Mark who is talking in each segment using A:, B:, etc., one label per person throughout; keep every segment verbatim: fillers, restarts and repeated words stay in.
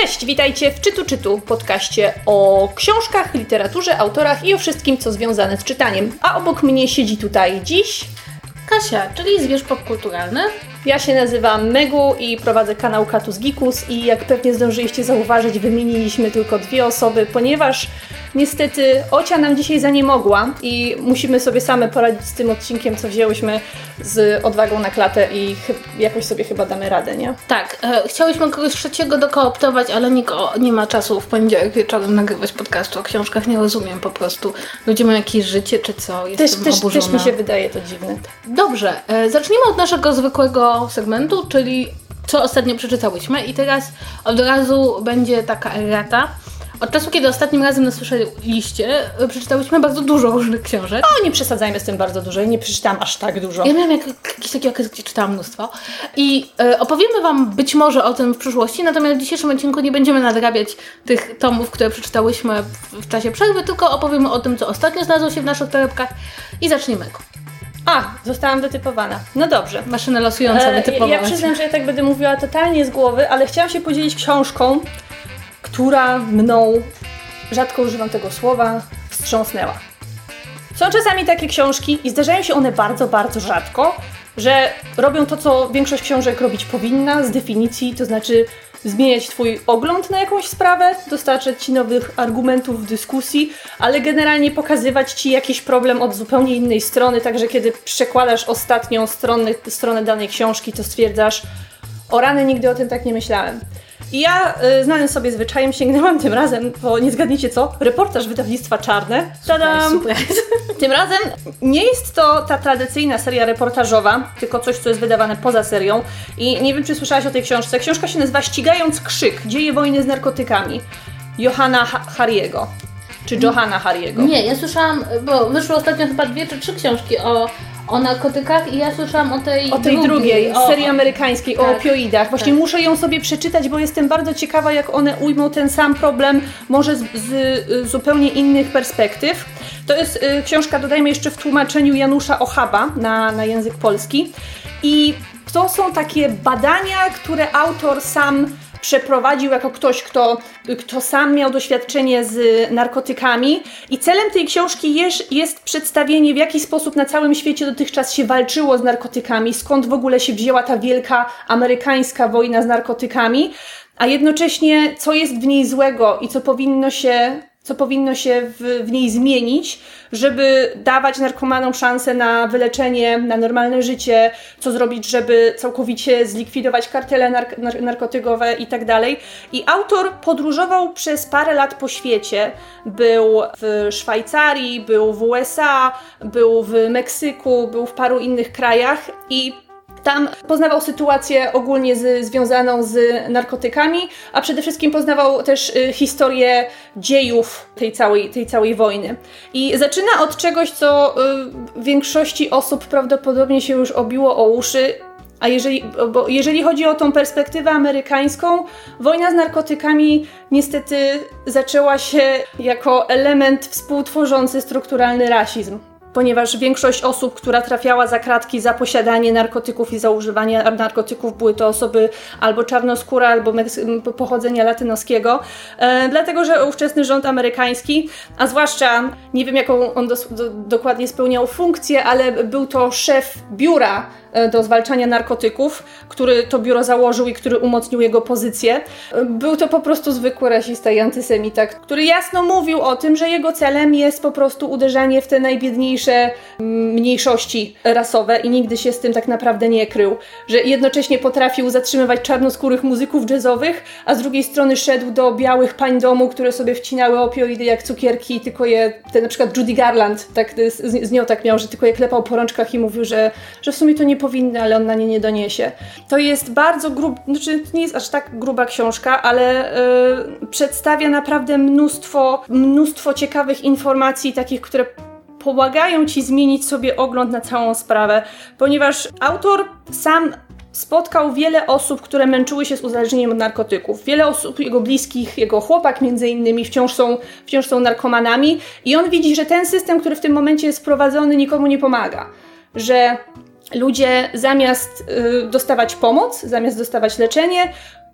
A: Cześć, witajcie w Czytu Czytu, podcaście o książkach, literaturze, autorach i o wszystkim, co związane z czytaniem. A obok mnie siedzi tutaj dziś
B: Kasia, czyli zwierz popkulturalny.
A: Ja się nazywam Megu i prowadzę kanał Katus Geekus i jak pewnie zdążyliście zauważyć, wymieniliśmy tylko dwie osoby, ponieważ niestety Ocia nam dzisiaj za nie mogła i musimy sobie same poradzić z tym odcinkiem, co wzięłyśmy z odwagą na klatę i chy- jakoś sobie chyba damy radę, nie?
B: Tak, e, chciałyśmy kogoś trzeciego dokooptować, ale nikt o, nie ma czasu w poniedziałek wieczorem nagrywać podcastu o książkach, nie rozumiem po prostu. Ludzie mają jakieś życie czy co, jestem
A: też, też,
B: oburzona.
A: też mi się wydaje to dziwne.
B: Dobrze, e, zacznijmy od naszego zwykłego segmentu, czyli co ostatnio przeczytałyśmy i teraz od razu będzie taka errata. Od czasu, kiedy ostatnim razem nas słyszeliście, przeczytałyśmy bardzo dużo różnych książek.
A: O, nie przesadzajmy z tym bardzo dużo, ja nie przeczytałam aż tak dużo.
B: Ja miałam jak, jakiś taki okres, gdzie czytałam mnóstwo i e, opowiemy Wam być może o tym w przyszłości, natomiast w dzisiejszym odcinku nie będziemy nadrabiać tych tomów, które przeczytałyśmy w, w czasie przerwy, tylko opowiemy o tym, co ostatnio znalazło się w naszych torebkach i zaczniemy go.
A: A, zostałam wytypowana. No dobrze.
B: Maszyna losująca
A: E,
B: wytypować.
A: ja przyznam, że ja tak będę mówiła totalnie z głowy, ale chciałam się podzielić książką, która mną, rzadko używam tego słowa, wstrząsnęła. Są czasami takie książki i zdarzają się one bardzo, bardzo rzadko, że robią to, co większość książek robić powinna z definicji, to znaczy zmieniać Twój ogląd na jakąś sprawę, dostarczać Ci nowych argumentów w dyskusji, ale generalnie pokazywać Ci jakiś problem od zupełnie innej strony, także kiedy przekładasz ostatnią stronę, stronę danej książki, to stwierdzasz: o rany, nigdy o tym tak nie myślałem. I ja, y, znanym sobie zwyczajem, sięgnęłam tym razem po, nie zgadniecie co, reportaż wydawnictwa Czarne. Tadam!
B: Super.
A: Tym razem nie jest to ta tradycyjna seria reportażowa, tylko coś, co jest wydawane poza serią. I nie wiem, czy słyszałaś o tej książce. Książka się nazywa Ścigając krzyk. Dzieje wojny z narkotykami. Johanna ha- Hariego. Czy Johanna Hariego.
B: Nie, ja słyszałam, bo wyszły ostatnio chyba dwie czy trzy książki o, o narkotykach i ja słyszałam o tej
A: O tej drugiej,
B: drugiej
A: o, serii amerykańskiej, tak, o opioidach. Właśnie
B: tak.
A: Muszę ją sobie przeczytać, bo jestem bardzo ciekawa, jak one ujmą ten sam problem, może z, z y, zupełnie innych perspektyw. To jest y, książka, dodajmy jeszcze w tłumaczeniu Janusza Ochaba na, na język polski. I to są takie badania, które autor sam przeprowadził jako ktoś, kto, kto sam miał doświadczenie z narkotykami i celem tej książki jest, jest przedstawienie, w jaki sposób na całym świecie dotychczas się walczyło z narkotykami, skąd w ogóle się wzięła ta wielka amerykańska wojna z narkotykami, a jednocześnie co jest w niej złego i co powinno się co powinno się w, w niej zmienić, żeby dawać narkomanom szansę na wyleczenie, na normalne życie, co zrobić, żeby całkowicie zlikwidować kartele nark- nar- narkotykowe i tak dalej. I autor podróżował przez parę lat po świecie. Był w Szwajcarii, był w U S A, był w Meksyku, był w paru innych krajach i tam poznawał sytuację ogólnie z, związaną z narkotykami, a przede wszystkim poznawał też y, historię dziejów tej całej, tej całej wojny. I zaczyna od czegoś, co y, większości osób prawdopodobnie się już obiło o uszy, a jeżeli, bo jeżeli chodzi o tą perspektywę amerykańską, wojna z narkotykami niestety zaczęła się jako element współtworzący strukturalny rasizm. Ponieważ większość osób, która trafiała za kratki za posiadanie narkotyków i za używanie narkotyków, były to osoby albo czarnoskóre, albo meksy- pochodzenia latynoskiego. E, dlatego, że ówczesny rząd amerykański, a zwłaszcza, nie wiem jaką on dos- do- dokładnie spełniał funkcję, ale był to szef biura do zwalczania narkotyków, który to biuro założył i który umocnił jego pozycję. Był to po prostu zwykły rasista i antysemita, który jasno mówił o tym, że jego celem jest po prostu uderzanie w te najbiedniejsze mniejszości rasowe i nigdy się z tym tak naprawdę nie krył. Że jednocześnie potrafił zatrzymywać czarnoskórych muzyków jazzowych, a z drugiej strony szedł do białych pań domu, które sobie wcinały opioidy jak cukierki, tylko je, ten, na przykład Judy Garland, tak, z, z nią tak miał, że tylko je klepał po rączkach i mówił, że, że w sumie to nie powinny, ale on na nie nie doniesie. To jest bardzo grub, znaczy to nie jest aż tak gruba książka, ale yy, przedstawia naprawdę mnóstwo, mnóstwo ciekawych informacji, takich, które pomagają Ci zmienić sobie ogląd na całą sprawę, ponieważ autor sam spotkał wiele osób, które męczyły się z uzależnieniem od narkotyków. Wiele osób, jego bliskich, jego chłopak między innymi, wciąż są, wciąż są narkomanami i on widzi, że ten system, który w tym momencie jest wprowadzony, nikomu nie pomaga. Że ludzie zamiast y, dostawać pomoc, zamiast dostawać leczenie,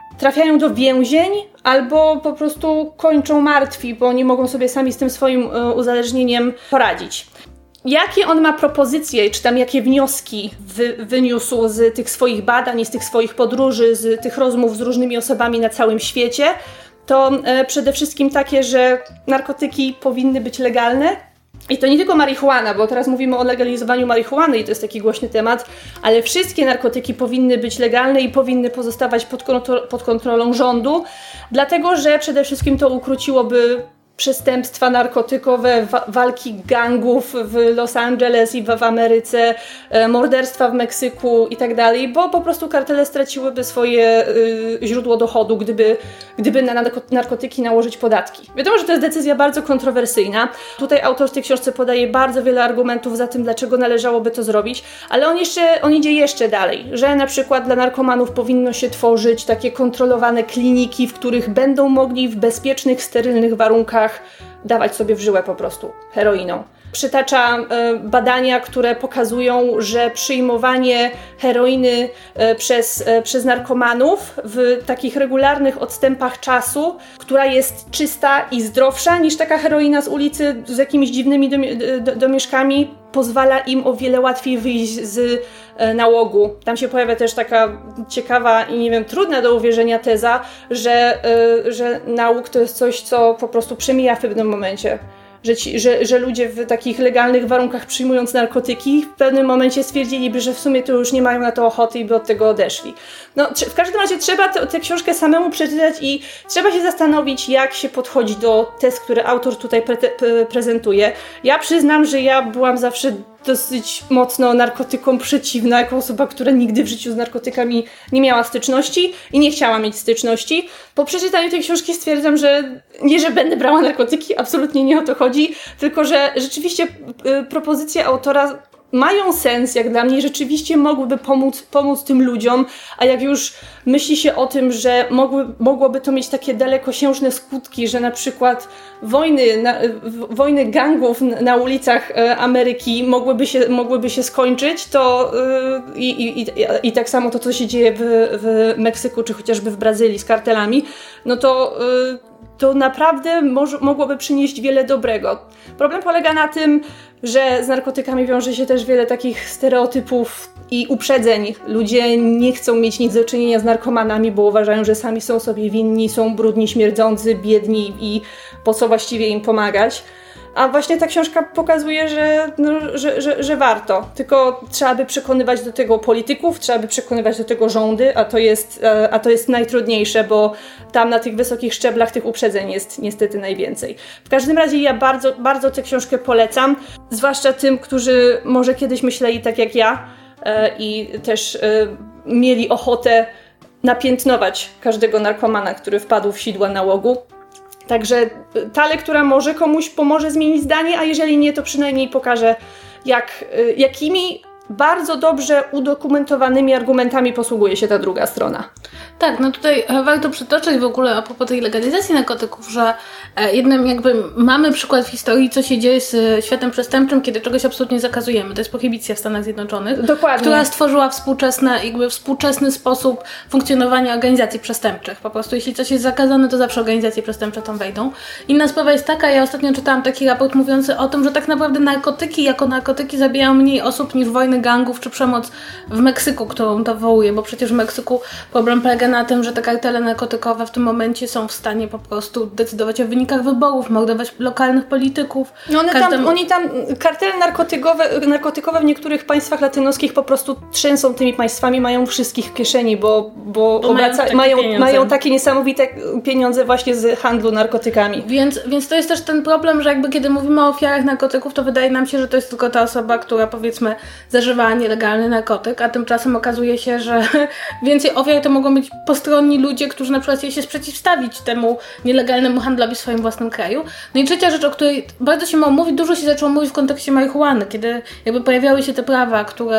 A: trafiają do więzień albo po prostu kończą martwi, bo nie mogą sobie sami z tym swoim uzależnieniem poradzić. Jakie on ma propozycje, czy tam jakie wnioski wy, wyniósł z tych swoich badań, z tych swoich podróży, z tych rozmów z różnymi osobami na całym świecie, to e, przede wszystkim takie, że narkotyki powinny być legalne. I to nie tylko marihuana, bo teraz mówimy o legalizowaniu marihuany i to jest taki głośny temat, ale wszystkie narkotyki powinny być legalne i powinny pozostawać pod, kontro- pod kontrolą rządu, dlatego że przede wszystkim to ukróciłoby przestępstwa narkotykowe, wa- walki gangów w Los Angeles i w, w Ameryce, e, morderstwa w Meksyku i tak dalej, bo po prostu kartele straciłyby swoje y, źródło dochodu, gdyby, gdyby na narko- narkotyki nałożyć podatki. Wiadomo, że to jest decyzja bardzo kontrowersyjna. Tutaj autor w tej książce podaje bardzo wiele argumentów za tym, dlaczego należałoby to zrobić, ale on jeszcze, on idzie jeszcze dalej, że na przykład dla narkomanów powinno się tworzyć takie kontrolowane kliniki, w których będą mogli w bezpiecznych, sterylnych warunkach dawać sobie w żyłę po prostu heroiną. Przytacza e, badania, które pokazują, że przyjmowanie heroiny e, przez, e, przez narkomanów w takich regularnych odstępach czasu, która jest czysta i zdrowsza niż taka heroina z ulicy z jakimiś dziwnymi domie- do, domieszkami, pozwala im o wiele łatwiej wyjść z e, nałogu. Tam się pojawia też taka ciekawa i nie wiem, trudna do uwierzenia teza, że, e, że nałóg to jest coś, co po prostu przemija w pewnym momencie. Że, ci, że, że ludzie w takich legalnych warunkach przyjmując narkotyki w pewnym momencie stwierdziliby, że w sumie to już nie mają na to ochoty i by od tego odeszli. No, w każdym razie trzeba tę, tę książkę samemu przeczytać i trzeba się zastanowić, jak się podchodzi do tez, które autor tutaj pre- pre- prezentuje. Ja przyznam, że ja byłam zawsze dosyć mocno narkotykom przeciwna, jako osoba, która nigdy w życiu z narkotykami nie miała styczności i nie chciała mieć styczności. Po przeczytaniu tej książki stwierdzam, że nie, że będę brała narkotyki, absolutnie nie o to chodzi, tylko że rzeczywiście y, propozycje autora mają sens, jak dla mnie, rzeczywiście mogłyby pomóc, pomóc tym ludziom, a jak już myśli się o tym, że mogły, mogłoby to mieć takie dalekosiężne skutki, że na przykład wojny, na, wojny gangów na ulicach Ameryki mogłyby się, mogłyby się skończyć, to yy, i, i, i tak samo to, co się dzieje w, w Meksyku, czy chociażby w Brazylii z kartelami, no to yy, to naprawdę może, mogłoby przynieść wiele dobrego. Problem polega na tym, że z narkotykami wiąże się też wiele takich stereotypów i uprzedzeń. Ludzie nie chcą mieć nic do czynienia z narkomanami, bo uważają, że sami są sobie winni, są brudni, śmierdzący, biedni i po co właściwie im pomagać. A właśnie ta książka pokazuje, że, no, że, że, że warto. Tylko trzeba by przekonywać do tego polityków, trzeba by przekonywać do tego rządy, a to jest, a to jest najtrudniejsze, bo tam na tych wysokich szczeblach tych uprzedzeń jest niestety najwięcej. W każdym razie ja bardzo, bardzo tę książkę polecam, zwłaszcza tym, którzy może kiedyś myśleli tak jak ja e, i też e, mieli ochotę napiętnować każdego narkomana, który wpadł w sidła nałogu. Także ta lektura może komuś pomoże zmienić zdanie, a jeżeli nie, to przynajmniej pokaże, jak, jakimi bardzo dobrze udokumentowanymi argumentami posługuje się ta druga strona.
B: Tak, no tutaj warto przytoczyć w ogóle a propos tej legalizacji narkotyków, że jednym jakby mamy przykład w historii, co się dzieje z światem przestępczym, kiedy czegoś absolutnie zakazujemy. To jest prohibicja w Stanach Zjednoczonych,
A: Dokładnie.
B: która stworzyła współczesne, jakby współczesny sposób funkcjonowania organizacji przestępczych. Po prostu jeśli coś jest zakazane, to zawsze organizacje przestępcze tam wejdą. Inna sprawa jest taka, ja ostatnio czytałam taki raport mówiący o tym, że tak naprawdę narkotyki jako narkotyki zabijają mniej osób niż wojny gangów czy przemoc w Meksyku, którą to wywołuje, bo przecież w Meksyku problem polega na tym, że te kartele narkotykowe w tym momencie są w stanie po prostu decydować o wynikach wyborów, mordować lokalnych polityków.
A: No one
B: Każdym...
A: tam, oni tam, kartele narkotykowe, narkotykowe w niektórych państwach latynoskich po prostu trzęsą tymi państwami, mają wszystkich w kieszeni, bo, bo,
B: bo
A: obraca,
B: mają,
A: mają, mają takie niesamowite pieniądze właśnie z handlu narkotykami.
B: Więc, więc to jest też ten problem, że jakby kiedy mówimy o ofiarach narkotyków, to wydaje nam się, że to jest tylko ta osoba, która powiedzmy zażywała nielegalny narkotyk, a tymczasem okazuje się, że więcej ofiar to mogą być postronni ludzie, którzy na przykład chcieli się przeciwstawić temu nielegalnemu handlowi w swoim własnym kraju. No i trzecia rzecz, o której bardzo się mało mówi, dużo się zaczęło mówić w kontekście marihuany, kiedy jakby pojawiały się te prawa, które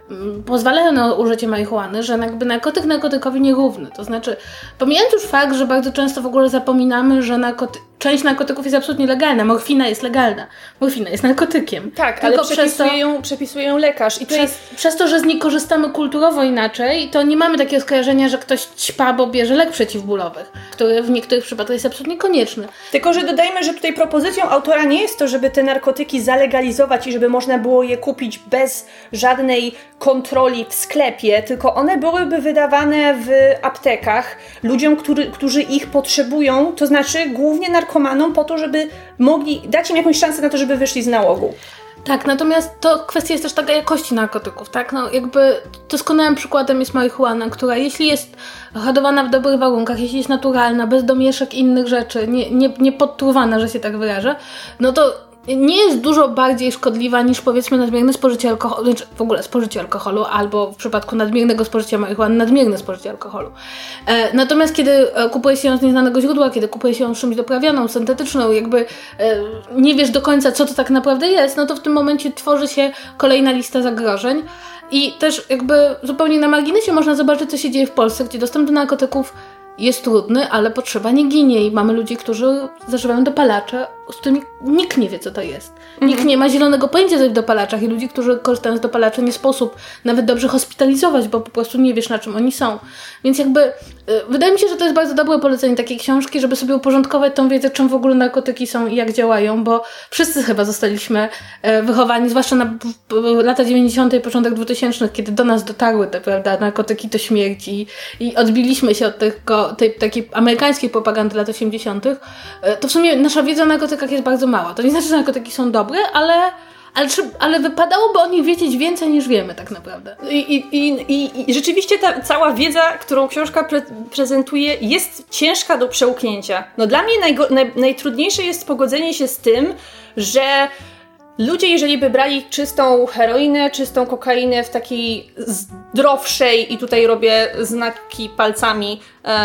B: m, pozwalają na użycie marihuany, że jakby narkotyk narkotykowi nierówny. To znaczy, pomijając już fakt, że bardzo często w ogóle zapominamy, że narkoty- część narkotyków jest absolutnie legalna. Morfina jest legalna. Morfina jest narkotykiem.
A: Tak,
B: tylko
A: ale przepisuje,
B: przez to,
A: ją, przepisuje ją lekarz. I to
B: przez,
A: jest...
B: przez to, że z niej korzystamy kulturowo inaczej, to nie mamy takiego skojarzenia, że ktoś ćpa, bo bierze lek przeciwbólowy, który w niektórych przypadkach jest absolutnie konieczny.
A: Tylko, że dodajmy, że tutaj propozycją autora nie jest to, żeby te narkotyki zalegalizować i żeby można było je kupić bez żadnej kontroli w sklepie, tylko one byłyby wydawane w aptekach ludziom, który, którzy ich potrzebują, to znaczy głównie narkomanom po to, żeby mogli dać im jakąś szansę na to, żeby wyszli z nałogu.
B: Tak, natomiast to kwestia jest też taka jakości narkotyków, tak? No jakby doskonałym przykładem jest marihuana, która jeśli jest hodowana w dobrych warunkach, jeśli jest naturalna, bez domieszek innych rzeczy, nie, nie, nie podtruwana, że się tak wyrażę, no to nie jest dużo bardziej szkodliwa niż powiedzmy nadmierne spożycie alkoholu, znaczy w ogóle spożycie alkoholu, albo w przypadku nadmiernego spożycia marihuany nadmierne spożycie alkoholu. E, natomiast kiedy kupuje się ją z nieznanego źródła, kiedy kupuje się ją z czymś doprawioną, syntetyczną, jakby e, nie wiesz do końca, co to tak naprawdę jest, no to w tym momencie tworzy się kolejna lista zagrożeń. I też jakby zupełnie na marginesie można zobaczyć, co się dzieje w Polsce, gdzie dostęp do narkotyków jest trudny, ale potrzeba nie ginie i mamy ludzi, którzy zażywają dopalacze, z którymi nikt nie wie, co to jest. Mhm. Nikt nie ma zielonego pojęcia o tych dopalaczach i ludzi, którzy korzystają z dopalaczy, nie sposób nawet dobrze hospitalizować, bo po prostu nie wiesz, na czym oni są. Więc jakby y, wydaje mi się, że to jest bardzo dobre polecenie takiej książki, żeby sobie uporządkować tą wiedzę, czym w ogóle narkotyki są i jak działają, bo wszyscy chyba zostaliśmy y, wychowani, zwłaszcza na w, w, lata dziewięćdziesiąte i początek dwutysięcznych, kiedy do nas dotarły te, prawda, narkotyki to śmierci i, i odbiliśmy się od tego, tej takiej amerykańskiej propagandy lat osiemdziesiątych, y, to w sumie nasza wiedza o narkotykach jest bardzo mała. To nie znaczy, że narkotyki są dobre, ale Ale, ale wypadałoby o nich wiedzieć więcej niż wiemy tak naprawdę.
A: I, i, i, i rzeczywiście ta cała wiedza, którą książka pre, prezentuje, jest ciężka do przełknięcia. No dla mnie najgo, naj, najtrudniejsze jest pogodzenie się z tym, że ludzie, jeżeli by brali czystą heroinę, czystą kokainę w takiej zdrowszej, i tutaj robię znaki palcami,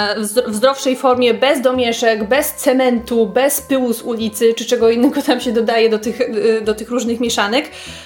A: w zdrowszej formie, bez domieszek, bez cementu, bez pyłu z ulicy, czy czego innego tam się dodaje do tych, do tych różnych mieszanek,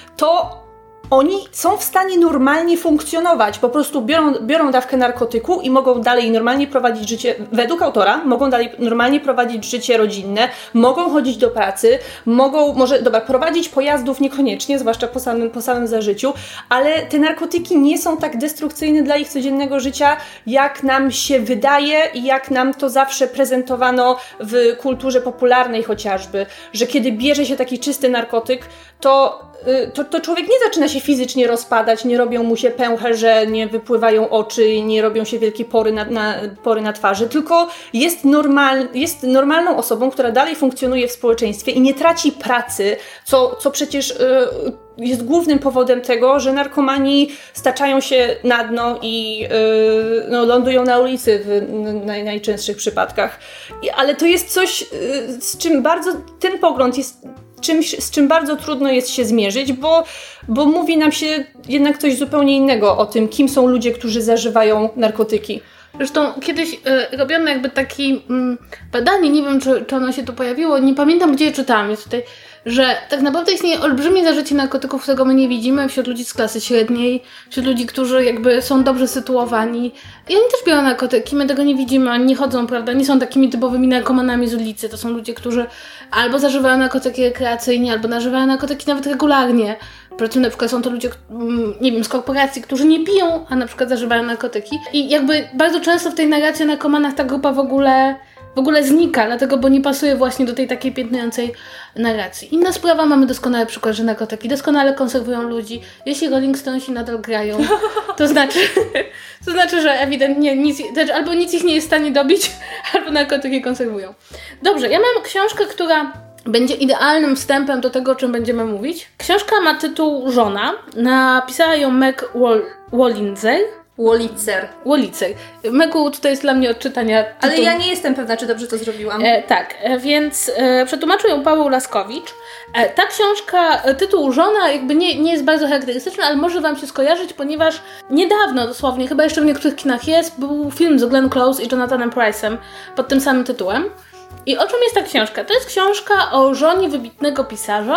A: to oni są w stanie normalnie funkcjonować. Po prostu biorą, biorą dawkę narkotyku i mogą dalej normalnie prowadzić życie, według autora, mogą dalej normalnie prowadzić życie rodzinne, mogą chodzić do pracy, mogą, może, dobra, prowadzić pojazdów niekoniecznie, zwłaszcza po samym, po samym zażyciu, ale te narkotyki nie są tak destrukcyjne dla ich codziennego życia, jak nam się wydaje i jak nam to zawsze prezentowano w kulturze popularnej chociażby, że kiedy bierze się taki czysty narkotyk, to, to, to człowiek nie zaczyna się fizycznie rozpadać, nie robią mu się pęcherze, nie wypływają oczy, nie robią się wielkie pory na, na, pory na twarzy, tylko jest, normal, jest normalną osobą, która dalej funkcjonuje w społeczeństwie i nie traci pracy, co, co przecież y, jest głównym powodem tego, że narkomani staczają się na dno i y, no, lądują na ulicy w naj, najczęstszych przypadkach. I, ale to jest coś, y, z czym bardzo ten pogląd jest czymś, z czym bardzo trudno jest się zmierzyć, bo, bo mówi nam się jednak coś zupełnie innego o tym, kim są ludzie, którzy zażywają narkotyki.
B: Zresztą kiedyś y, robiono jakby takie y, badanie, nie wiem, czy, czy ono się tu pojawiło, nie pamiętam, gdzie je czytałam, jest tutaj, że tak naprawdę istnieje olbrzymie zażycie narkotyków, którego my nie widzimy wśród ludzi z klasy średniej, wśród ludzi, którzy jakby są dobrze sytuowani i oni też biorą narkotyki, my tego nie widzimy, oni nie chodzą, prawda, nie są takimi typowymi narkomanami z ulicy, to są ludzie, którzy albo zażywają narkotyki rekreacyjnie, albo zażywają narkotyki nawet regularnie. Przy czym na przykład są to ludzie, nie wiem, z korporacji, którzy nie piją, a na przykład zażywają narkotyki. I jakby bardzo często w tej narracji o narkomanach ta grupa w ogóle, w ogóle znika, dlatego, bo nie pasuje właśnie do tej takiej piętnującej narracji. Inna sprawa, mamy doskonały przykład, że narkotyki doskonale konserwują ludzi. Jeśli Rolling Stonesi nadal grają, to znaczy, to znaczy, że ewidentnie nic, albo nic ich nie jest w stanie dobić, albo narkotyki konserwują. Dobrze, ja mam książkę, która będzie idealnym wstępem do tego, o czym będziemy mówić. Książka ma tytuł Żona. Napisała ją Meg Wolitzer.
A: Wolitzer.
B: Wolitzer. Megu tutaj jest dla mnie od czytania tytuł.
A: Ale ja nie jestem pewna, czy dobrze to zrobiłam.
B: E, tak, e, więc e, przetłumaczył ją Paweł Laskowicz. E, ta książka, e, tytuł Żona jakby nie, nie jest bardzo charakterystyczny, ale może wam się skojarzyć, ponieważ niedawno dosłownie, chyba jeszcze w niektórych kinach jest, był film z Glenn Close i Jonathanem Price'em pod tym samym tytułem. I o czym jest ta książka? To jest książka o żonie wybitnego pisarza,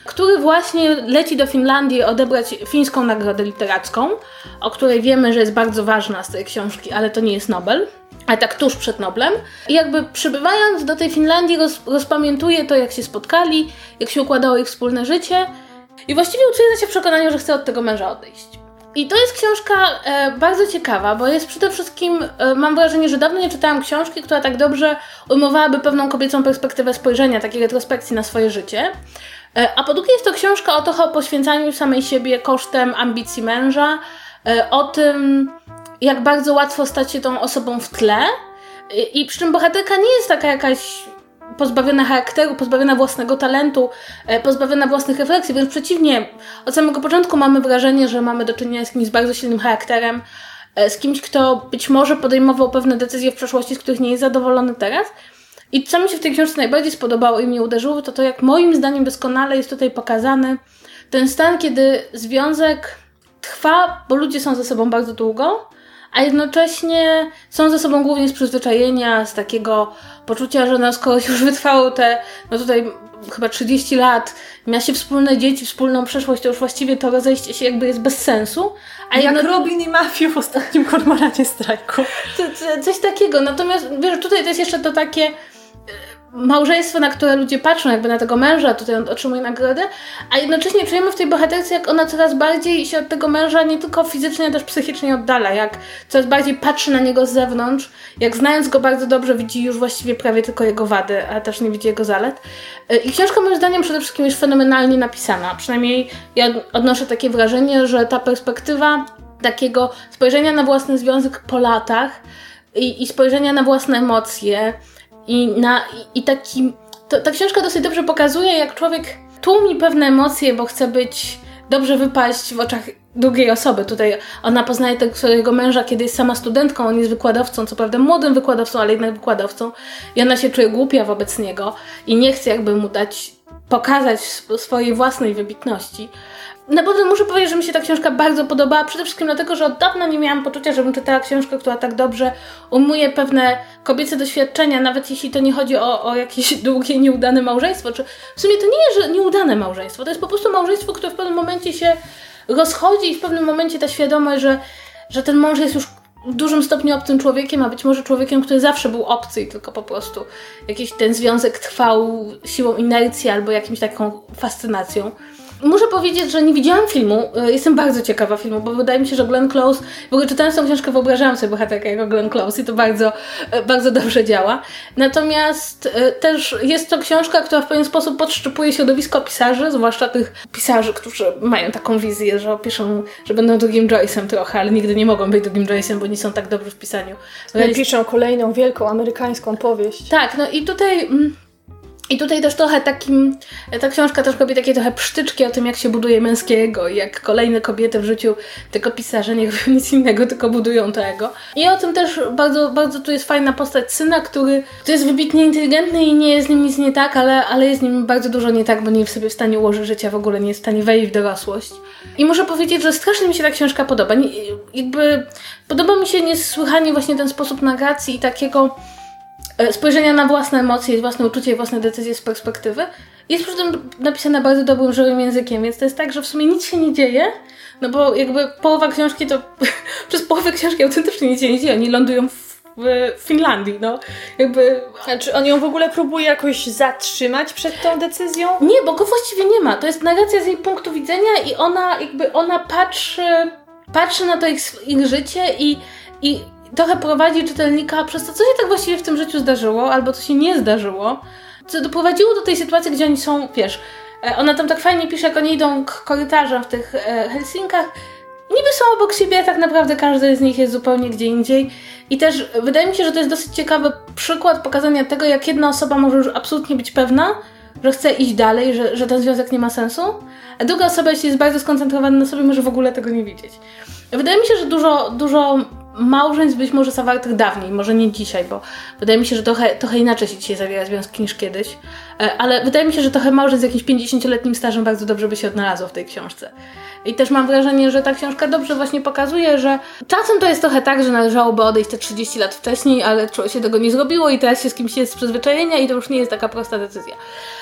B: który właśnie leci do Finlandii odebrać fińską nagrodę literacką, o której wiemy, że jest bardzo ważna z tej książki, ale to nie jest Nobel, ale tak tuż przed Noblem. I jakby przybywając do tej Finlandii roz, rozpamiętuje to, jak się spotkali, jak się układało ich wspólne życie i właściwie utwierdza się w przekonaniu, że chce od tego męża odejść. I to jest książka e, bardzo ciekawa, bo jest przede wszystkim, e, mam wrażenie, że dawno nie czytałam książki, która tak dobrze ujmowałaby pewną kobiecą perspektywę spojrzenia, takiej retrospekcji na swoje życie. E, a po drugie jest to książka o trochę o poświęcaniu samej siebie kosztem ambicji męża, e, o tym, jak bardzo łatwo stać się tą osobą w tle. E, I przy czym bohaterka nie jest taka jakaś pozbawiona charakteru, pozbawiona własnego talentu, pozbawiona własnych refleksji, wręcz przeciwnie, od samego początku mamy wrażenie, że mamy do czynienia z kimś z bardzo silnym charakterem, z kimś, kto być może podejmował pewne decyzje w przeszłości, z których nie jest zadowolony teraz. I co mi się w tej książce najbardziej spodobało i mnie uderzyło, to to, jak moim zdaniem doskonale jest tutaj pokazany ten stan, kiedy związek trwa, bo ludzie są ze sobą bardzo długo, a jednocześnie są ze sobą głównie z przyzwyczajenia, z takiego poczucia, że no skoro już wytrwało te, no tutaj chyba trzydzieści lat, miała się wspólne dzieci, wspólną przeszłość, to już właściwie to rozejście się jakby jest bez sensu.
A: A jak jedno... Robin i Matthew w ostatnim kormoranie strajku.
B: To, to, coś takiego, natomiast wiesz, tutaj to jest jeszcze to takie małżeństwo, na które ludzie patrzą, jakby na tego męża, tutaj on otrzymuje nagrodę, a jednocześnie czujemy w tej bohaterce, jak ona coraz bardziej się od tego męża nie tylko fizycznie, ale też psychicznie oddala, jak coraz bardziej patrzy na niego z zewnątrz, jak znając go bardzo dobrze widzi już właściwie prawie tylko jego wady, a też nie widzi jego zalet. I książka moim zdaniem przede wszystkim jest fenomenalnie napisana, przynajmniej ja odnoszę takie wrażenie, że ta perspektywa takiego spojrzenia na własny związek po latach i, i spojrzenia na własne emocje, I, na, i, i taki, to, ta książka dosyć dobrze pokazuje, jak człowiek tłumi pewne emocje, bo chce być, dobrze wypaść w oczach drugiej osoby. Tutaj ona poznaje tego swojego męża, kiedy jest sama studentką, on jest wykładowcą, co prawda młodym wykładowcą, ale jednak wykładowcą i ona się czuje głupia wobec niego i nie chce jakby mu dać, pokazać swojej własnej wybitności. Naprawdę muszę powiedzieć, że mi się ta książka bardzo podobała, przede wszystkim dlatego, że od dawna nie miałam poczucia, żebym czytała książkę, która tak dobrze ujmuje pewne kobiece doświadczenia, nawet jeśli to nie chodzi o, o jakieś długie, nieudane małżeństwo. Czy w sumie to nie jest, że nieudane małżeństwo, to jest po prostu małżeństwo, które w pewnym momencie się rozchodzi i w pewnym momencie ta świadomość, że, że ten mąż jest już w dużym stopniu obcym człowiekiem, a być może człowiekiem, który zawsze był obcy i tylko po prostu jakiś ten związek trwał siłą inercji albo jakimś taką fascynacją. Muszę powiedzieć, że nie widziałam filmu. Jestem bardzo ciekawa filmu, bo wydaje mi się, że Glenn Close, w ogóle czytając tą książkę, wyobrażałam sobie bohaterkę jako Glenn Close i to bardzo, bardzo dobrze działa. Natomiast też jest to książka, która w pewien sposób podszczypuje środowisko pisarzy, zwłaszcza tych pisarzy, którzy mają taką wizję, że opiszą, że będą drugim Joyce'em trochę, ale nigdy nie mogą być drugim Joyce'em, bo nie są tak dobrzy w pisaniu.
A: Napiszą jest... kolejną wielką amerykańską powieść.
B: Tak, no i tutaj... I tutaj też trochę takim, ta książka też robi takie trochę psztyczki o tym, jak się buduje męskiego i jak kolejne kobiety w życiu tego pisarza nie robią nic innego, tylko budują to ego. I o tym też bardzo, bardzo tu jest fajna postać syna, który, który jest wybitnie inteligentny i nie jest z nim nic nie tak, ale, ale jest z nim bardzo dużo nie tak, bo nie jest sobie w stanie ułożyć życia, w ogóle nie jest w stanie wejść w dorosłość. I muszę powiedzieć, że strasznie mi się ta książka podoba. Nie, jakby podoba mi się niesłychanie właśnie ten sposób narracji i takiego spojrzenia na własne emocje, własne uczucie i własne decyzje z perspektywy. Jest przy tym napisane bardzo dobrym, żywym językiem, więc to jest tak, że w sumie nic się nie dzieje, no bo jakby połowa książki to przez połowę książki autentycznie nic się nie dzieje. Oni lądują w, w Finlandii, no. Jakby...
A: A czy on ją w ogóle próbuje jakoś zatrzymać przed tą decyzją?
B: Nie, bo go właściwie nie ma. To jest narracja z jej punktu widzenia i ona jakby, ona patrzy, patrzy na to ich, ich życie i, i trochę prowadzi czytelnika przez to, co się tak właściwie w tym życiu zdarzyło, albo co się nie zdarzyło, co doprowadziło do tej sytuacji, gdzie oni są, wiesz, ona tam tak fajnie pisze, jak oni idą korytarzem w tych Helsinkach, niby są obok siebie, a tak naprawdę każdy z nich jest zupełnie gdzie indziej. I też wydaje mi się, że to jest dosyć ciekawy przykład pokazania tego, jak jedna osoba może już absolutnie być pewna, że chce iść dalej, że, że ten związek nie ma sensu, a druga osoba, jeśli jest bardzo skoncentrowana na sobie, może w ogóle tego nie widzieć. Wydaje mi się, że dużo, dużo małżeństw być może zawartych dawniej, może nie dzisiaj, bo wydaje mi się, że trochę, trochę inaczej się dzisiaj zawiera związki niż kiedyś. ale wydaje mi się, że to Małże z jakimś pięćdziesięcioletnim stażem bardzo dobrze by się odnalazło w tej książce. I też mam wrażenie, że ta książka dobrze właśnie pokazuje, że czasem to jest trochę tak, że należałoby odejść te trzydzieści lat wcześniej, ale się tego nie zrobiło i teraz się z kimś jest z przyzwyczajenia i to już nie jest taka prosta decyzja.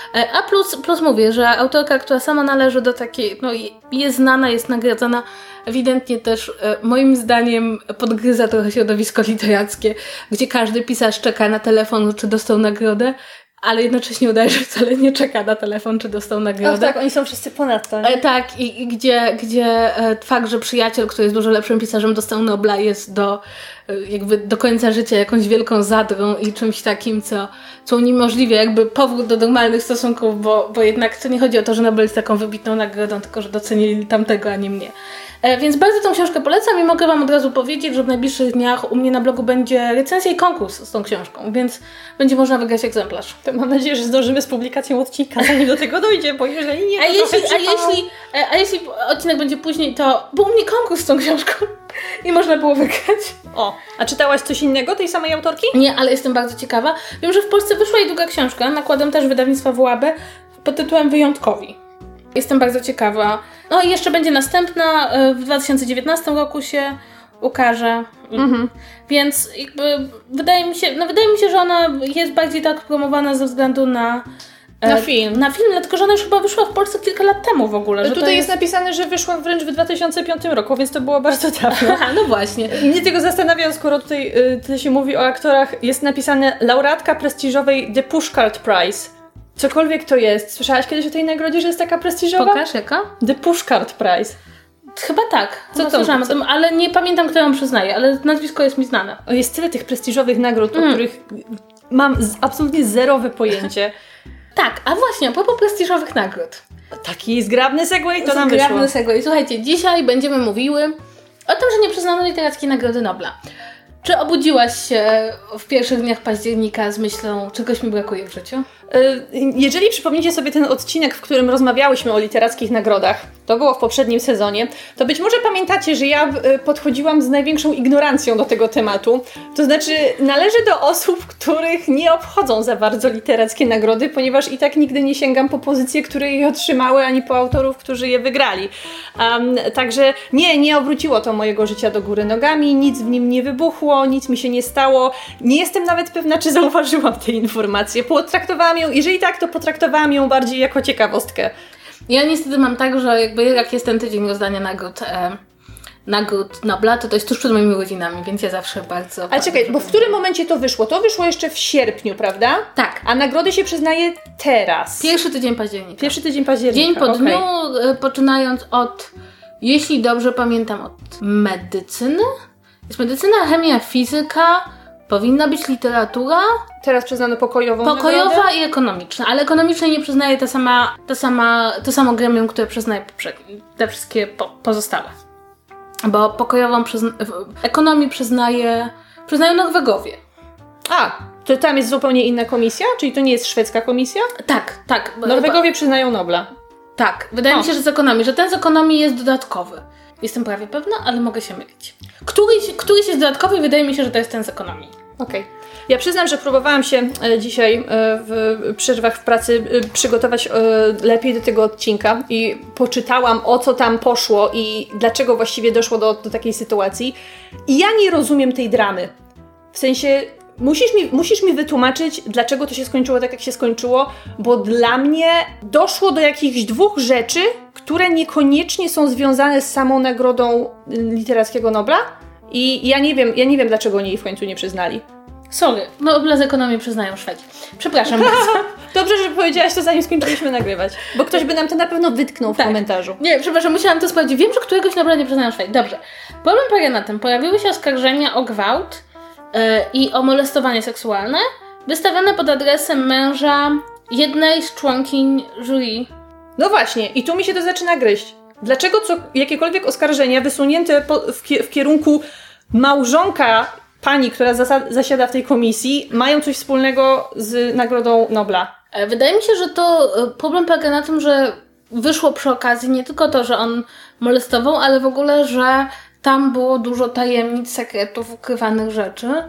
B: A plus, plus mówię, że autorka, która sama należy do takiej, no jest znana, jest nagradzana, ewidentnie też moim zdaniem podgryza trochę środowisko literackie, gdzie każdy pisarz czeka na telefon, czy dostał nagrodę, ale jednocześnie udaje, że wcale nie czeka na telefon, czy dostał nagrodę.
A: Ach tak, oni są wszyscy ponadto. Nie?
B: Tak, i, i gdzie, gdzie fakt, że przyjaciel, który jest dużo lepszym pisarzem, dostał Nobla, jest do jakby do końca życia jakąś wielką zadrą i czymś takim, co, co uniemożliwia jakby powrót do normalnych stosunków, bo, bo jednak to nie chodzi o to, że Nobel jest taką wybitną nagrodą, tylko że docenili tamtego, a nie mnie. E, więc bardzo tą książkę polecam i mogę Wam od razu powiedzieć, że w najbliższych dniach u mnie na blogu będzie recenzja i konkurs z tą książką, więc będzie można wygrać egzemplarz.
A: To mam nadzieję, że zdążymy z publikacją odcinka, zanim do tego dojdzie, bo jeżeli nie, to
B: a jeśli, a,
A: przypał...
B: jeśli, a jeśli odcinek będzie później, to był u mnie konkurs z tą książką i można było wygrać.
A: O, a czytałaś coś innego tej samej autorki?
B: Nie, ale jestem bardzo ciekawa. Wiem, że w Polsce wyszła jej druga książka, nakładem też wydawnictwa W Ł A B pod tytułem Wyjątkowi. Jestem bardzo ciekawa. No i jeszcze będzie następna, w dwa tysiące dziewiętnastym roku się ukaże. Mhm. Więc jakby wydaje mi się, no wydaje mi się, że ona jest bardziej tak promowana ze względu na
A: Na film.
B: Na film, dlatego że ona już chyba wyszła w Polsce kilka lat temu w ogóle. Że
A: Tutaj
B: to
A: jest... jest napisane, że wyszła wręcz w dwa tysiące piątym roku, więc to było bardzo dawno.
B: Aha, no właśnie.
A: Mnie tego zastanawia, skoro tutaj y, tyle się mówi o aktorach, jest napisane laureatka prestiżowej The Pushcart Prize. Cokolwiek to jest. Słyszałaś kiedyś o tej nagrodzie, że jest taka prestiżowa?
B: Pokaż, jaka?
A: The Pushcart Prize.
B: Chyba tak.
A: Co to?
B: Słyszałam o tym, ale nie pamiętam, kto ją przyznaje, ale nazwisko jest mi znane.
A: O, jest tyle tych prestiżowych nagród,
B: Mm.
A: o których mam z, absolutnie zerowe pojęcie.
B: Tak, a właśnie, a propos prestiżowych nagród.
A: Taki zgrabny segway to nam
B: Zgrabny
A: wyszło.
B: segway. Słuchajcie, dzisiaj będziemy mówiły o tym, że nie przyznano literackiej Nagrody Nobla. Czy obudziłaś się w pierwszych dniach października z myślą, czegoś mi brakuje w życiu?
A: Jeżeli przypomnicie sobie ten odcinek, w którym rozmawiałyśmy o literackich nagrodach, to było w poprzednim sezonie, to być może pamiętacie, że ja podchodziłam z największą ignorancją do tego tematu. To znaczy, należę do osób, których nie obchodzą za bardzo literackie nagrody, ponieważ i tak nigdy nie sięgam po pozycje, które je otrzymały, ani po autorów, którzy je wygrali. Um, także nie, nie obróciło to mojego życia do góry nogami, nic w nim nie wybuchło, nic mi się nie stało. Nie jestem nawet pewna, czy zauważyłam tę informację. Potraktowałam ją, jeżeli tak, to potraktowałam ją bardziej jako ciekawostkę.
B: Ja niestety mam tak, że jakby jak jest ten tydzień rozdania nagród, e, nagród Nobla, to to jest tuż przed moimi urodzinami, więc ja zawsze bardzo...
A: Ale
B: bardzo
A: czekaj, bo w którym momencie to wyszło? To wyszło jeszcze w sierpniu, prawda?
B: Tak.
A: A nagrody się przyznaje teraz.
B: Pierwszy tydzień października.
A: Pierwszy tydzień października.
B: Dzień po
A: okay.
B: dniu, e, poczynając od, jeśli dobrze pamiętam, od medycyny. Jest medycyna, chemia, fizyka, powinna być literatura.
A: Teraz przyznano pokojową
B: Pokojowa
A: nagrodę?
B: i ekonomiczna, ale ekonomicznej nie przyznaje ta sama, ta sama, to samo gremium, które przyznaje poprzednie, te wszystkie po, pozostałe. Bo pokojową przyzna- ekonomii przyznaje, przyznają Norwegowie.
A: A, to tam jest zupełnie inna komisja? Czyli to nie jest szwedzka komisja?
B: Tak, tak.
A: Norwegowie przyznają Nobla.
B: Tak, wydaje
A: o.
B: mi się, że z ekonomii, że ten z ekonomii jest dodatkowy. Jestem prawie pewna, ale mogę się mylić. Któryś, któryś jest dodatkowy i wydaje mi się, że to jest ten z ekonomii.
A: Okej. Okay. Ja przyznam, że próbowałam się e, dzisiaj e, w przerwach w pracy e, przygotować e, lepiej do tego odcinka i poczytałam, o co tam poszło i dlaczego właściwie doszło do, do takiej sytuacji. I ja nie rozumiem tej dramy. W sensie, musisz mi, musisz mi wytłumaczyć, dlaczego to się skończyło tak, jak się skończyło, bo dla mnie doszło do jakichś dwóch rzeczy, które niekoniecznie są związane z samą nagrodą literackiego Nobla i ja nie wiem, ja nie wiem, dlaczego oni jej w końcu nie przyznali.
B: Sorry, Nobla z ekonomii przyznają Szwedzi. Przepraszam bardzo.
A: Dobrze, że powiedziałaś to, zanim skończyliśmy nagrywać, bo ktoś by nam to na pewno wytknął w
B: tak.
A: komentarzu.
B: Nie, przepraszam, musiałam to sprawdzić. Wiem, że któregoś Nobla nie przyznają Szwedzi. Dobrze. Problem polega na tym, pojawiły się oskarżenia o gwałt yy, i o molestowanie seksualne wystawione pod adresem męża jednej z członkiń jury.
A: No właśnie, i tu mi się to zaczyna gryźć. Dlaczego co, jakiekolwiek oskarżenia wysunięte po, w, w kierunku małżonka pani, która zasa- zasiada w tej komisji, mają coś wspólnego z Nagrodą Nobla?
B: Wydaje mi się, że to problem polega na tym, że wyszło przy okazji nie tylko to, że on molestował, ale w ogóle, że tam było dużo tajemnic, sekretów, ukrywanych rzeczy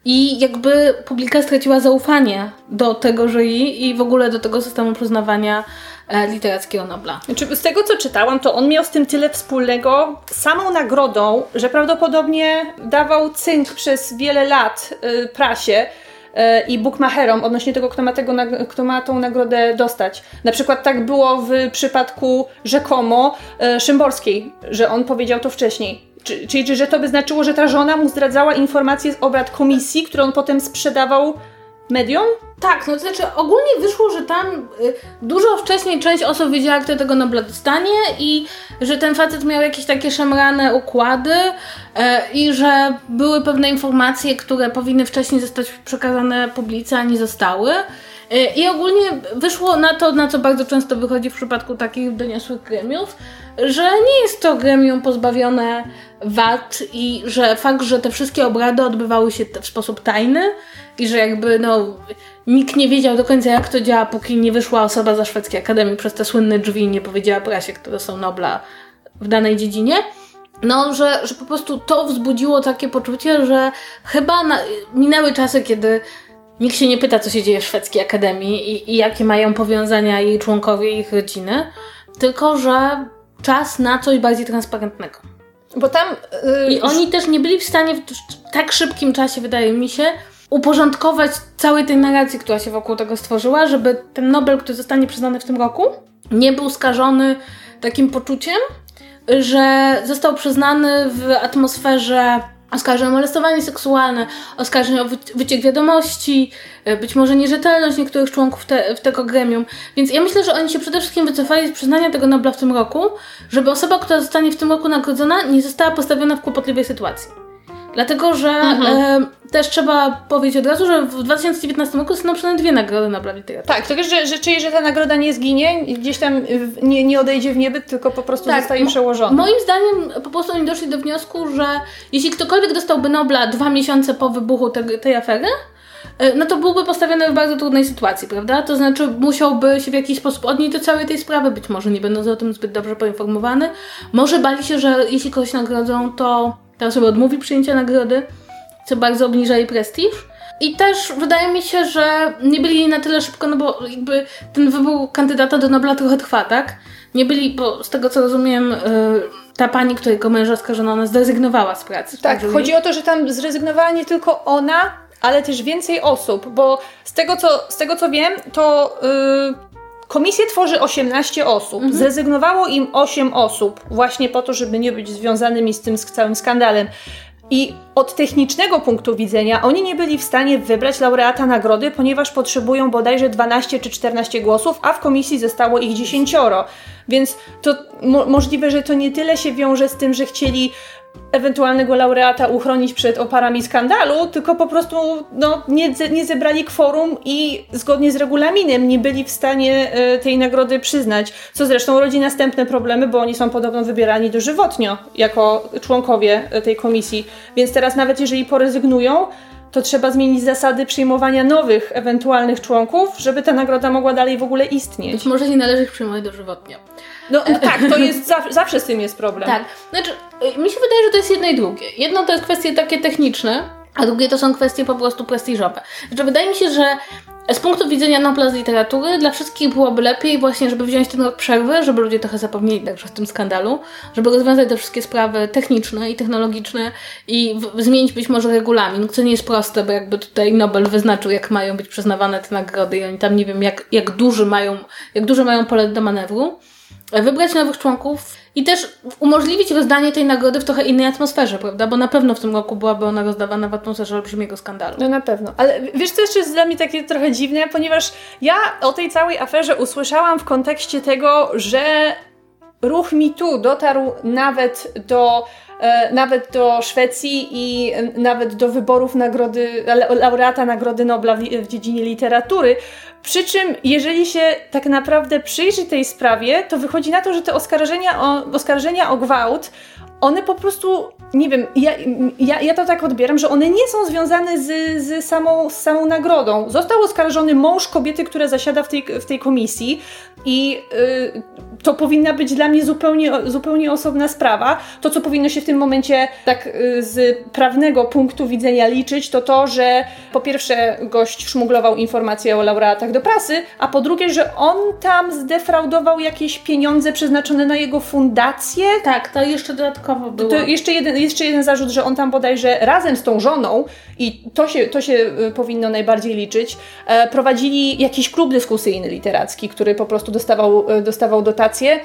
B: i jakby publika straciła zaufanie do tego jury i w ogóle do tego systemu przyznawania e, literackiego Nobla.
A: Znaczy, z tego co czytałam, to on miał z tym tyle wspólnego z samą nagrodą, że prawdopodobnie dawał cynk przez wiele lat y, prasie i bookmacherom odnośnie tego, kto ma, tego, kto ma tą nagrodę dostać. Na przykład tak było w przypadku rzekomo e, Szymborskiej, że on powiedział to wcześniej. Czy, czyli, że to by znaczyło, że ta żona mu zdradzała informacje z obrad komisji, które on potem sprzedawał mediom?
B: Tak, no to znaczy ogólnie wyszło, że tam y, dużo wcześniej część osób wiedziała, kto tego Nobla dostanie i że ten facet miał jakieś takie szemrane układy y, i że były pewne informacje, które powinny wcześniej zostać przekazane publice, a nie zostały. Y, I ogólnie wyszło na to, na co bardzo często wychodzi w przypadku takich doniosłych gremiów, że nie jest to gremium pozbawione wad i że fakt, że te wszystkie obrady odbywały się w sposób tajny i że jakby no nikt nie wiedział do końca, jak to działa, póki nie wyszła osoba ze Szwedzkiej Akademii przez te słynne drzwi i nie powiedziała prasie, które są Nobla w danej dziedzinie. No, że, że po prostu to wzbudziło takie poczucie, że chyba na, minęły czasy, kiedy nikt się nie pyta, co się dzieje w Szwedzkiej Akademii i, i jakie mają powiązania jej członkowie i ich rodziny, tylko że czas na coś bardziej transparentnego.
A: Bo tam... Yy,
B: I oni też nie byli w stanie w tak szybkim czasie, wydaje mi się, uporządkować całej tej narracji, która się wokół tego stworzyła, żeby ten Nobel, który zostanie przyznany w tym roku, nie był skażony takim poczuciem, że został przyznany w atmosferze oskarżeń o molestowanie seksualne, oskarżeń o wyciek wiadomości, być może nierzetelność niektórych członków te, w tego gremium. Więc ja myślę, że oni się przede wszystkim wycofali z przyznania tego Nobla w tym roku, żeby osoba, która zostanie w tym roku nagrodzona, nie została postawiona w kłopotliwej sytuacji. Dlatego, że mhm. e, też trzeba powiedzieć od razu, że w dwa tysiące dziewiętnastym roku są przynajmniej dwie nagrody Nobla literatury.
A: Tak, tylko że, że, czyli, że ta nagroda nie zginie, gdzieś tam nie, nie odejdzie w niebyt, tylko po prostu tak, zostaje przełożona.
B: Moim zdaniem po prostu oni doszli do wniosku, że jeśli ktokolwiek dostałby Nobla dwa miesiące po wybuchu te, tej afery, no to byłby postawiony w bardzo trudnej sytuacji, prawda? To znaczy musiałby się w jakiś sposób odnieść do całej tej sprawy, być może nie będąc o tym zbyt dobrze poinformowany. Może bali się, że jeśli kogoś nagrodzą, to ta osoba odmówi przyjęcia nagrody, co bardzo obniża jej prestiż. I też wydaje mi się, że nie byli na tyle szybko, no bo jakby ten wybór kandydata do Nobla trochę trwa, tak? Nie byli, bo z tego co rozumiem, yy, ta pani, którego męża oskarżono, ona zrezygnowała z pracy.
A: Tak, chodzi o to, że tam zrezygnowała nie tylko ona, ale też więcej osób, bo z tego co, z tego, co wiem, to yy, komisję tworzy osiemnaście osób. Mhm. Zrezygnowało im osiem osób właśnie po to, żeby nie być związanymi z tym z całym skandalem. I od technicznego punktu widzenia oni nie byli w stanie wybrać laureata nagrody, ponieważ potrzebują bodajże dwanaście czy czternaście głosów, a w komisji zostało ich dziesięcioro. Więc to mo- możliwe, że to nie tyle się wiąże z tym, że chcieli ewentualnego laureata uchronić przed oparami skandalu, tylko po prostu no, nie, nie zebrali kworum i zgodnie z regulaminem nie byli w stanie y, tej nagrody przyznać, co zresztą rodzi następne problemy, bo oni są podobno wybierani dożywotnio jako członkowie tej komisji, więc teraz nawet jeżeli porezygnują, to trzeba zmienić zasady przyjmowania nowych ewentualnych członków, żeby ta nagroda mogła dalej w ogóle istnieć.
B: Być może nie należy ich przyjmować dożywotnio.
A: No, no tak, to jest zaw- zawsze z tym jest problem.
B: Tak, znaczy mi się wydaje, że to jest jedno i drugie. Jedno to jest kwestie takie techniczne, a drugie to są kwestie po prostu prestiżowe. Znaczy wydaje mi się, że z punktu widzenia Nobla z literatury dla wszystkich byłoby lepiej właśnie, żeby wziąć ten rok przerwy, żeby ludzie trochę zapomnieli także w tym skandalu, żeby rozwiązać te wszystkie sprawy techniczne i technologiczne i w- zmienić być może regulamin, co nie jest proste, bo jakby tutaj Nobel wyznaczył, jak mają być przyznawane te nagrody i oni tam nie wiem, jak, jak duży mają, jak duże mają pole do manewru. Wybrać nowych członków i też umożliwić rozdanie tej nagrody w trochę innej atmosferze, prawda? Bo na pewno w tym roku byłaby ona rozdawana w atmosferze olbrzymiego skandalu.
A: No na pewno. Ale wiesz, co jeszcze jest dla mnie takie trochę dziwne, ponieważ ja o tej całej aferze usłyszałam w kontekście tego, że ruch MeToo dotarł nawet do e, nawet do Szwecji i e, nawet do wyborów nagrody, laureata Nagrody Nobla w, w dziedzinie literatury. Przy czym, jeżeli się tak naprawdę przyjrzy tej sprawie, to wychodzi na to, że te oskarżenia o, oskarżenia o gwałt, one po prostu, nie wiem, ja, ja, ja to tak odbieram, że one nie są związane z, z, samą, z samą nagrodą. Został oskarżony mąż kobiety, która zasiada w tej, w tej komisji i y, to powinna być dla mnie zupełnie, zupełnie osobna sprawa. To, co powinno się w tym momencie tak y, z prawnego punktu widzenia liczyć, to to, że po pierwsze gość szmuglował informacje o laureatach do prasy, a po drugie, że on tam zdefraudował jakieś pieniądze przeznaczone na jego fundację.
B: Tak, to jeszcze dodatkowo było.
A: To jeszcze jeden, jeszcze jeden zarzut, że on tam bodajże razem z tą żoną, i to się, to się powinno najbardziej liczyć, e, prowadzili jakiś klub dyskusyjny literacki, który po prostu dostawał, dostawał dotacje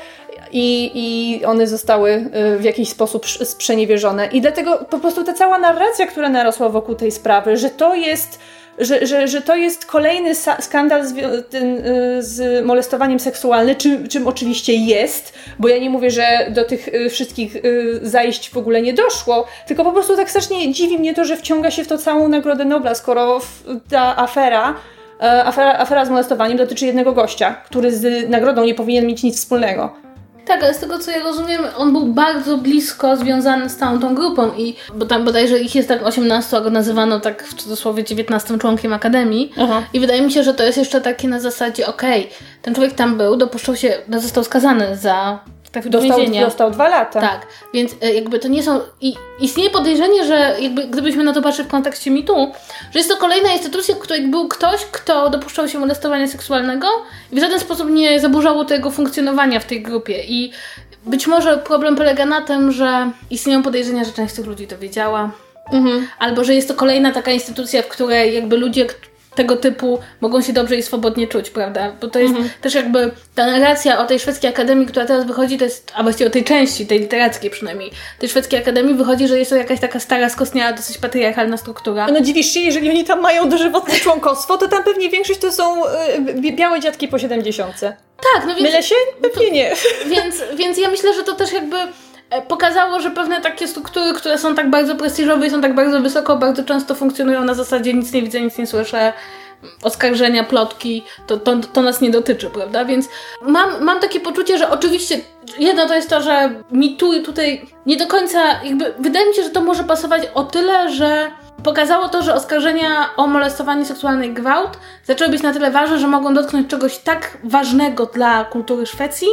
A: i, i one zostały w jakiś sposób sprzeniewierzone. I dlatego po prostu ta cała narracja, która narosła wokół tej sprawy, że to jest Że, że, że to jest kolejny sa- skandal z, ten, y, z molestowaniem seksualnym, czym, czym oczywiście jest, bo ja nie mówię, że do tych y, wszystkich y, zajść w ogóle nie doszło, tylko po prostu tak strasznie dziwi mnie to, że wciąga się w to całą Nagrodę Nobla, skoro w, ta afera, y, afera, afera z molestowaniem dotyczy jednego gościa, który z nagrodą nie powinien mieć nic wspólnego.
B: Tak, ale z tego co ja rozumiem, on był bardzo blisko związany z całą tą grupą i bo tam bodajże ich jest tak osiemnastu, a go nazywano tak w cudzysłowie dziewiętnastym członkiem Akademii. Aha. I wydaje mi się, że to jest jeszcze takie na zasadzie okej, okay, ten człowiek tam był, dopuszczał się, został skazany za tak
A: dostał, dostał dwa lata.
B: Tak, więc jakby to nie są... I istnieje podejrzenie, że jakby gdybyśmy na to patrzyli w kontekście mitu, że jest to kolejna instytucja, w której był ktoś, kto dopuszczał się molestowania seksualnego i w żaden sposób nie zaburzało tego funkcjonowania w tej grupie. I być może problem polega na tym, że istnieją podejrzenia, że część z tych ludzi to wiedziała, mhm. albo że jest to kolejna taka instytucja, w której jakby ludzie tego typu mogą się dobrze i swobodnie czuć, prawda? Bo to jest mhm. też jakby ta narracja o tej szwedzkiej akademii, która teraz wychodzi, to jest, a właściwie o tej części, tej literackiej przynajmniej, tej szwedzkiej akademii wychodzi, że jest to jakaś taka stara, skostniała, dosyć patriarchalna struktura.
A: No dziwisz się, jeżeli oni tam mają dożywotne członkostwo, to tam pewnie większość to są y, białe dziadki po siedemdziesiątce.
B: Tak, no więc...
A: Mylę się? Pewnie nie.
B: Więc, więc ja myślę, że to też jakby pokazało, że pewne takie struktury, które są tak bardzo prestiżowe i są tak bardzo wysoko, bardzo często funkcjonują na zasadzie nic nie widzę, nic nie słyszę, oskarżenia, plotki, to, to, to nas nie dotyczy, prawda? Więc mam, mam takie poczucie, że oczywiście jedno to jest to, że mi tu tutaj nie do końca jakby, wydaje mi się, że to może pasować o tyle, że pokazało to, że oskarżenia o molestowanie seksualne i gwałt zaczęły być na tyle ważne, że mogą dotknąć czegoś tak ważnego dla kultury Szwecji,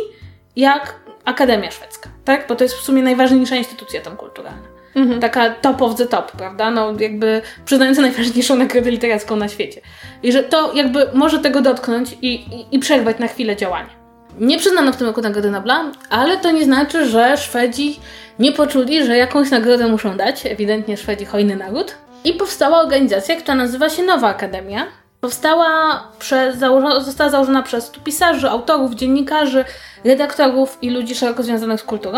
B: jak Akademia Szwedzka, tak? Bo to jest w sumie najważniejsza instytucja tam kulturalna. Mhm. Taka top of the top, prawda? No jakby przyznająca najważniejszą nagrodę literacką na świecie. I że to jakby może tego dotknąć i, i, i przerwać na chwilę działanie. Nie przyznano w tym roku Nagrody Nobla, ale to nie znaczy, że Szwedzi nie poczuli, że jakąś nagrodę muszą dać. Ewidentnie Szwedzi hojny naród. I powstała organizacja, która nazywa się Nowa Akademia. Powstała przez, założona, została założona przez stu pisarzy, autorów, dziennikarzy, redaktorów i ludzi szeroko związanych z kulturą.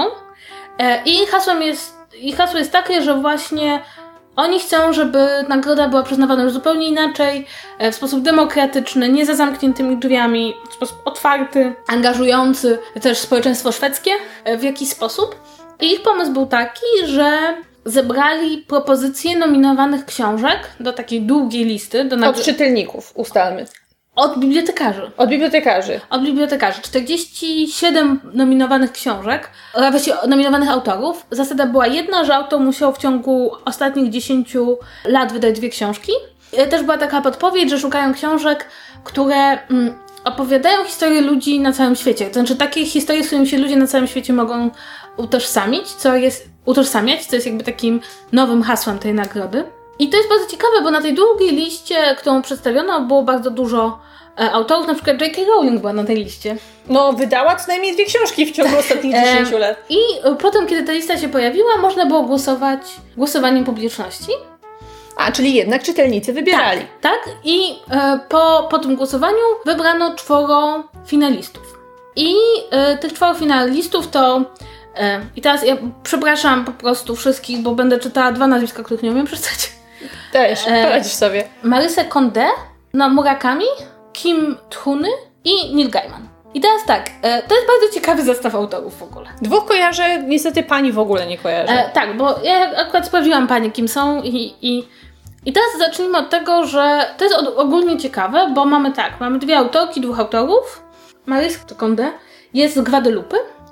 B: I hasłem jest, ich hasło jest takie, że właśnie oni chcą, żeby nagroda była przyznawana już zupełnie inaczej, w sposób demokratyczny, nie za zamkniętymi drzwiami, w sposób otwarty, angażujący też społeczeństwo szwedzkie w jakiś sposób. I ich pomysł był taki, że zebrali propozycje nominowanych książek do takiej długiej listy. Do nagry-
A: Od czytelników, ustalmy.
B: Od bibliotekarzy.
A: Od bibliotekarzy.
B: Od bibliotekarzy. czterdzieści siedem nominowanych książek, a właściwie nominowanych autorów. Zasada była jedna, że autor musiał w ciągu ostatnich dziesięciu lat wydać dwie książki. Też była taka podpowiedź, że szukają książek, które mm, opowiadają historię ludzi na całym świecie. To znaczy takie historie, z którymi się ludzie na całym świecie mogą utożsamić, co jest utożsamiać, co jest jakby takim nowym hasłem tej nagrody. I to jest bardzo ciekawe, bo na tej długiej liście, którą przedstawiono, było bardzo dużo e, autorów, na przykład J K Rowling była na tej liście.
A: No, wydała co najmniej dwie książki w ciągu ostatnich dziesięciu lat.
B: I potem, kiedy ta lista się pojawiła, można było głosować głosowaniem publiczności.
A: A, czyli jednak czytelnicy wybierali.
B: Tak, tak. I e, po, po tym głosowaniu wybrano czworo finalistów. I e, tych czworo finalistów to... E, I teraz ja przepraszam po prostu wszystkich, bo będę czytała dwa nazwiska, których nie umiem przeczytać.
A: Też, poradzisz sobie.
B: Marisa Condé, no Murakami, Kim Thuny i Neil Gaiman. I teraz tak, e, to jest bardzo ciekawy zestaw autorów w ogóle.
A: Dwóch kojarzę, niestety pani w ogóle nie kojarzę.
B: E, tak, bo ja akurat sprawdziłam panie, kim są i, i, i teraz zacznijmy od tego, że to jest od, ogólnie ciekawe, bo mamy tak, mamy dwie autorki, dwóch autorów. Marisa Condé jest z Gwadelupy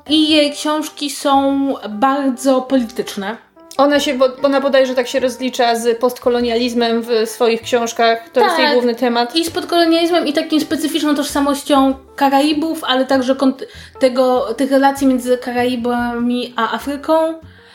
B: i jej książki są bardzo polityczne.
A: Ona się, bo ona bodajże tak się rozlicza z postkolonializmem w swoich książkach, to tak, jest jej główny temat.
B: I z postkolonializmem i taką specyficzną tożsamością Karaibów, ale także kont- tego, tych relacji między Karaibami a Afryką.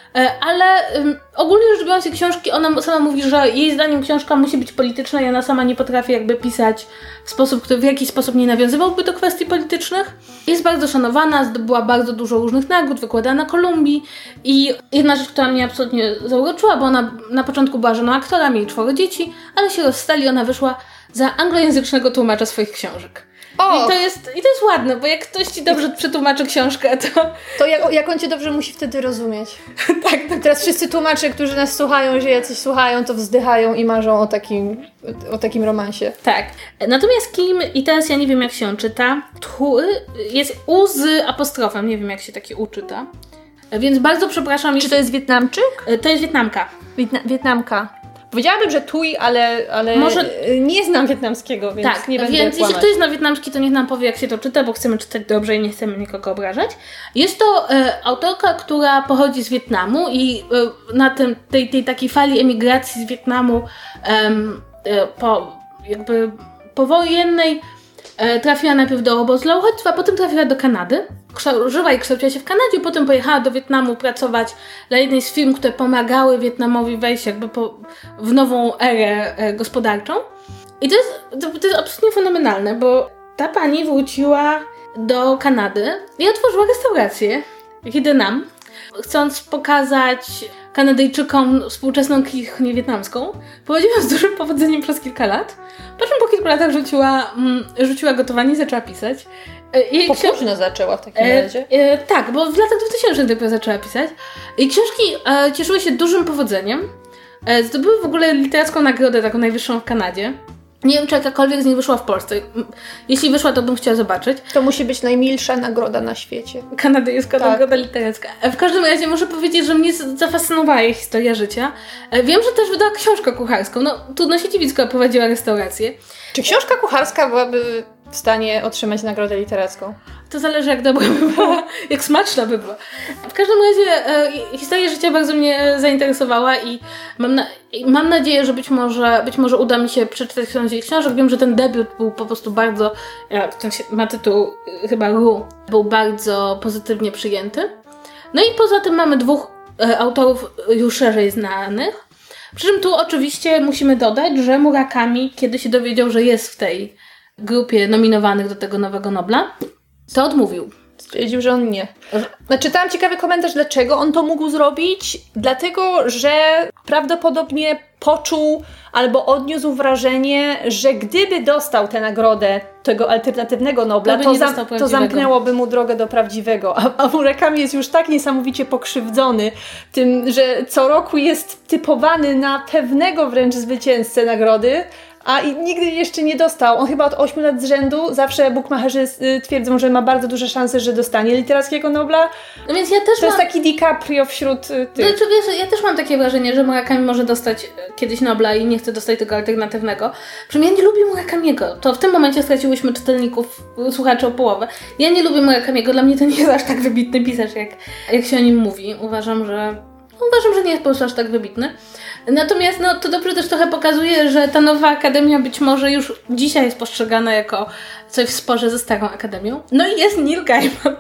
B: Ale um, ogólnie rzecz biorąc, książki, ona sama mówi, że jej zdaniem książka musi być polityczna i ona sama nie potrafi jakby pisać w sposób, który w jakiś sposób nie nawiązywałby do kwestii politycznych. Jest bardzo szanowana, zdobyła bardzo dużo różnych nagród, wykłada na Kolumbii i jedna rzecz, która mnie absolutnie zauroczyła, bo ona na początku była żoną aktora, mieli czworo dzieci, ale się rozstali, ona wyszła za anglojęzycznego tłumacza swoich książek. I to, jest, I to jest ładne, bo jak ktoś ci dobrze przetłumaczy książkę, to...
A: To jak, jak on cię dobrze musi wtedy rozumieć. tak, tak. Teraz wszyscy tłumacze, którzy nas słuchają, że jacyś słuchają, to wzdychają i marzą o takim, o takim romansie.
B: Tak. Natomiast Kim, i teraz ja nie wiem jak się czyta, tu jest U z apostrofem, nie wiem jak się takie U czyta. Więc bardzo przepraszam.
A: Czy
B: jeśli...
A: to jest Wietnamczyk?
B: To jest Wietnamka.
A: Wietna- Wietnamka. Powiedziałabym, że tuj, ale, ale Może... nie znam wietnamskiego, więc
B: tak,
A: nie będę
B: więc
A: kłamać.
B: jeśli ktoś zna wietnamski, to niech nam powie, jak się to czyta, bo chcemy czytać dobrze i nie chcemy nikogo obrażać. Jest to e, autorka, która pochodzi z Wietnamu i e, na tym, tej, tej takiej fali emigracji z Wietnamu em, e, po, jakby powojennej e, trafiła najpierw do obozu dla uchodźców, a potem trafiła do Kanady. Kształ- żyła i kształciła się w Kanadzie, potem pojechała do Wietnamu pracować dla jednej z firm, które pomagały Wietnamowi wejść jakby po, w nową erę e, gospodarczą. I to jest, to, to jest absolutnie fenomenalne, bo ta pani wróciła do Kanady i otworzyła restaurację Hide Nam, chcąc pokazać Kanadyjczykom współczesną kuchnię wietnamską. Prowadziła z dużym powodzeniem przez kilka lat, po czym po kilku latach rzuciła, mm, rzuciła gotowanie i zaczęła pisać.
A: Jej po książ- późno zaczęła w takim
B: e,
A: razie?
B: E, tak, bo w latach dwutysięcznych dopiero zaczęła pisać. Jej książki e, cieszyły się dużym powodzeniem. E, zdobyły w ogóle literacką nagrodę, taką najwyższą w Kanadzie. Nie wiem, czy jakakolwiek z nich wyszła w Polsce. Jeśli wyszła, to bym chciała zobaczyć.
A: To musi być najmilsza nagroda na świecie.
B: Kanadyjska tak. Nagroda literacka. W każdym razie muszę powiedzieć, że mnie zafascynowała jej historia życia. Wiem, że też wydała książkę kucharską. No, trudno się dziwić, skoro prowadziła restaurację.
A: Czy książka kucharska byłaby w stanie otrzymać nagrodę literacką?
B: To zależy, jak dobra by była, jak smaczna by była. W każdym razie e, historia życia bardzo mnie zainteresowała i mam, na, mam nadzieję, że być może, być może uda mi się przeczytać którąś z jej książek. Wiem, że ten debiut był po prostu bardzo, ja, w sensie ma tytuł chyba Ru, był bardzo pozytywnie przyjęty. No i poza tym mamy dwóch e, autorów już szerzej znanych. Przy czym tu oczywiście musimy dodać, że Murakami, kiedy się dowiedział, że jest w tej grupie nominowanych do tego nowego Nobla, to odmówił.
A: Stwierdził, że on nie. Czytałam ciekawy komentarz, dlaczego on to mógł zrobić. Dlatego, że prawdopodobnie poczuł albo odniósł wrażenie, że gdyby dostał tę nagrodę tego alternatywnego Nobla, to, to, zam- to zamknęłoby mu drogę do prawdziwego. A, a Murakami jest już tak niesamowicie pokrzywdzony tym, że co roku jest typowany na pewnego wręcz zwycięzcę nagrody, a i nigdy jeszcze nie dostał. On chyba od ośmiu lat z rzędu, zawsze bukmacherzy twierdzą, że ma bardzo duże szanse, że dostanie literackiego Nobla.
B: No więc ja też
A: to
B: mam...
A: jest taki DiCaprio wśród tych.
B: Znaczy, wiesz, ja też mam takie wrażenie, że Murakami może dostać kiedyś Nobla i nie chce dostać tego alternatywnego. Przynajmniej ja nie lubię Murakamiego. To w tym momencie straciłyśmy czytelników, słuchaczy o połowę. Ja nie lubię Murakamiego, dla mnie to nie jest aż tak wybitny pisarz, jak, jak się o nim mówi. Uważam, że... Uważam, że nie jest po prostu aż tak wybitny. Natomiast no, to dobrze też trochę pokazuje, że ta nowa akademia być może już dzisiaj jest postrzegana jako coś w sporze ze starą akademią. No i jest Neil Gaiman,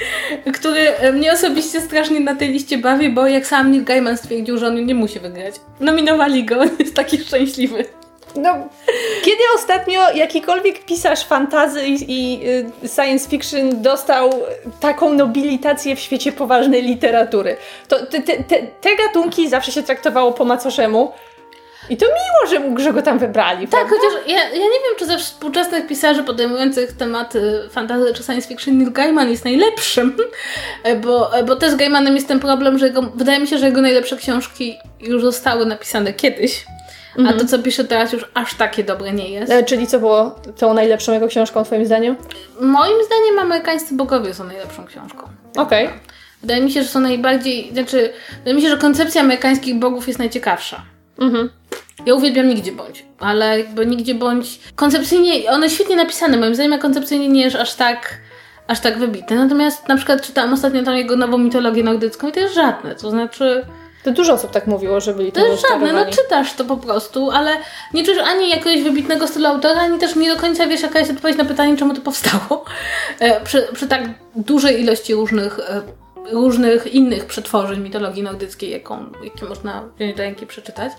B: który mnie osobiście strasznie na tej liście bawi, bo jak sam Neil Gaiman stwierdził, że on nie musi wygrać. Nominowali go, on jest taki szczęśliwy.
A: No, kiedy ostatnio jakikolwiek pisarz fantasy i, i y, science fiction dostał taką nobilitację w świecie poważnej literatury? To te, te, te, te gatunki zawsze się traktowało po macoszemu. I to miło, że, że go tam wybrali,
B: tak,
A: prawda?
B: chociaż ja, ja nie wiem, czy ze współczesnych pisarzy podejmujących tematy fantasy czy science fiction Neil Gaiman jest najlepszym, bo, bo też z Gaimanem jest ten problem, że jego, wydaje mi się, że jego najlepsze książki już zostały napisane kiedyś. A to, co pisze teraz, już aż takie dobre nie jest.
A: E, czyli co było tą najlepszą jego książką, twoim zdaniem?
B: Moim zdaniem Amerykańscy bogowie są najlepszą książką.
A: Okej. Okay.
B: Wydaje mi się, że są najbardziej... Znaczy, wydaje mi się, że koncepcja amerykańskich bogów jest najciekawsza. Mhm. Ja uwielbiam Nigdzie Bądź, ale jakby Nigdzie Bądź... Koncepcyjnie, one świetnie napisane, moim zdaniem koncepcyjnie nie jest aż tak aż tak wybitne. Natomiast na przykład czytałam ostatnio tą jego nową mitologię nordycką i to jest żadne, to znaczy...
A: To dużo osób tak mówiło, że byli
B: to jest żadne, no czytasz to po prostu, ale nie czujesz ani jakiegoś wybitnego stylu autora, ani też nie do końca wiesz, jaka jest odpowiedź na pytanie, czemu to powstało. E, przy, przy tak dużej ilości różnych, e, różnych innych przetworzeń mitologii nordyckiej, jaką, jakie można wziąć do ręki przeczytać.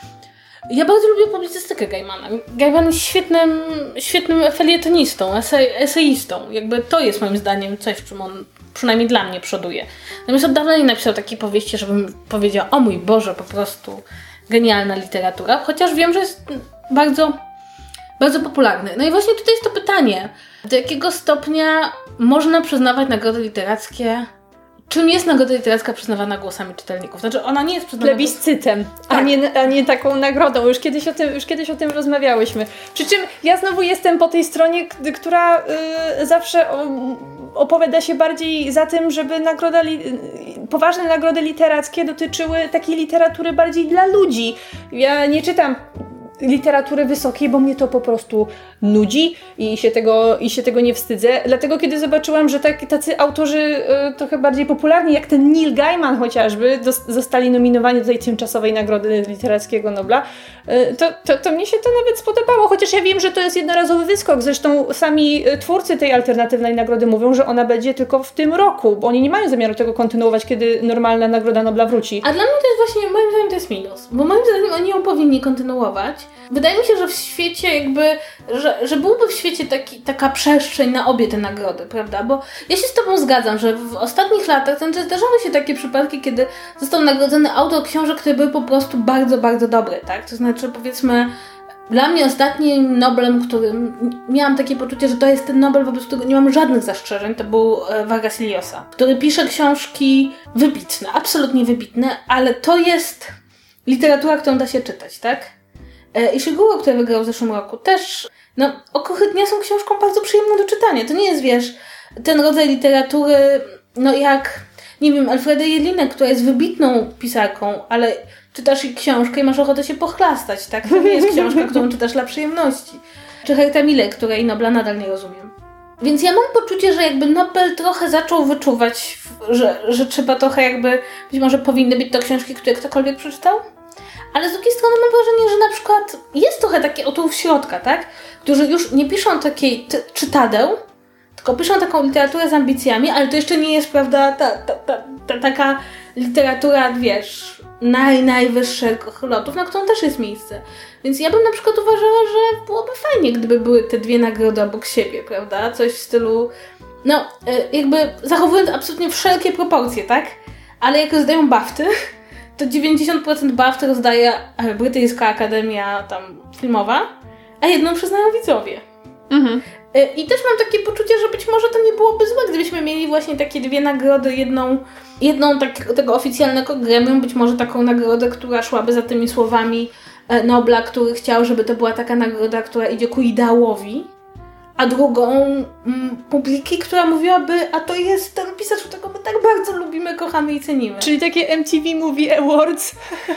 B: Ja bardzo lubię publicystykę Gaimana. Gaiman jest świetnym, świetnym felietonistą, esej, eseistą. Jakby to jest moim zdaniem coś, w czym on przynajmniej dla mnie przoduje. Natomiast od dawna nie napisał takiej powieści, żebym powiedziała, o mój Boże, po prostu genialna literatura. Chociaż wiem, że jest bardzo, bardzo popularny. No i właśnie tutaj jest to pytanie, do jakiego stopnia można przyznawać nagrody literackie. Czym jest nagroda literacka przyznawana głosami czytelników? Znaczy ona nie jest przyznawana...
A: Plebiscytem,
B: tak.
A: a, nie, a nie taką nagrodą. Już kiedyś o tym, już kiedyś o tym rozmawiałyśmy. Przy czym ja znowu jestem po tej stronie, która y, zawsze o, opowiada się bardziej za tym, żeby nagroda li, poważne nagrody literackie dotyczyły takiej literatury bardziej dla ludzi. Ja nie czytam literatury wysokiej, bo mnie to po prostu nudzi i się tego, i się tego nie wstydzę. Dlatego kiedy zobaczyłam, że tak, tacy autorzy y, trochę bardziej popularni, jak ten Neil Gaiman chociażby, dos, zostali nominowani do tej tymczasowej Nagrody Literackiego Nobla, y, to, to, to mnie się to nawet spodobało, chociaż ja wiem, że to jest jednorazowy wyskok. Zresztą sami twórcy tej alternatywnej nagrody mówią, że ona będzie tylko w tym roku, bo oni nie mają zamiaru tego kontynuować, kiedy normalna Nagroda Nobla wróci.
B: A dla mnie to jest właśnie, moim zdaniem to jest minus, bo moim zdaniem oni ją powinni kontynuować. Wydaje mi się, że w świecie jakby, że, że byłby w świecie taki, taka przestrzeń na obie te nagrody, prawda? Bo ja się z Tobą zgadzam, że w ostatnich latach znaczy, zdarzały się takie przypadki, kiedy został nagrodzony autor książek, które były po prostu bardzo, bardzo dobre, tak? To znaczy, powiedzmy, dla mnie ostatnim Noblem, którym miałam takie poczucie, że to jest ten Nobel, wobec którego nie mam żadnych zastrzeżeń, to był Vargas Llosa, który pisze książki wybitne, absolutnie wybitne, ale to jest literatura, którą da się czytać, tak? I Shiguro, który wygrał w zeszłym roku, też, no, Okruchy dnia są książką bardzo przyjemną do czytania. To nie jest, wiesz, ten rodzaj literatury, no jak, nie wiem, Elfriede Jelinek, która jest wybitną pisarką, ale czytasz jej książkę i masz ochotę się pochlastać, tak? To nie jest książka, którą czytasz dla przyjemności. Czy Herta Mille, której Nobla nadal nie rozumiem. Więc ja mam poczucie, że jakby Nobel trochę zaczął wyczuwać, że, że trzeba trochę jakby, być może powinny być to książki, które ktokolwiek przeczytał. Ale z drugiej strony mam wrażenie, że na przykład jest trochę takich autorów środka, tak? Którzy już nie piszą takiej t- czytadeł, tylko piszą taką literaturę z ambicjami, ale to jeszcze nie jest, prawda, ta, ta, ta, ta taka literatura, wiesz, naj, najwyższych lotów, na którą też jest miejsce. Więc ja bym na przykład uważała, że byłoby fajnie, gdyby były te dwie nagrody obok siebie, prawda? Coś w stylu, no, jakby zachowując absolutnie wszelkie proporcje, tak? Ale jak rozdają BAFTY, to dziewięćdziesiąt procent BAFTA rozdaje Brytyjska Akademia tam filmowa, a jedną przyznają widzowie. Mhm. I też mam takie poczucie, że być może to nie byłoby złe, gdybyśmy mieli właśnie takie dwie nagrody, jedną, jedną tak, tego oficjalnego gremium, być może taką nagrodę, która szłaby za tymi słowami Nobla, który chciał, żeby to była taka nagroda, która idzie ku ideałowi, a drugą mm, publiki, która mówiłaby, a to jest ten pisarz, którego my tak bardzo lubimy, kochamy i cenimy.
A: Czyli takie M T V Movie Awards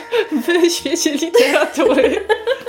A: w świecie literatury.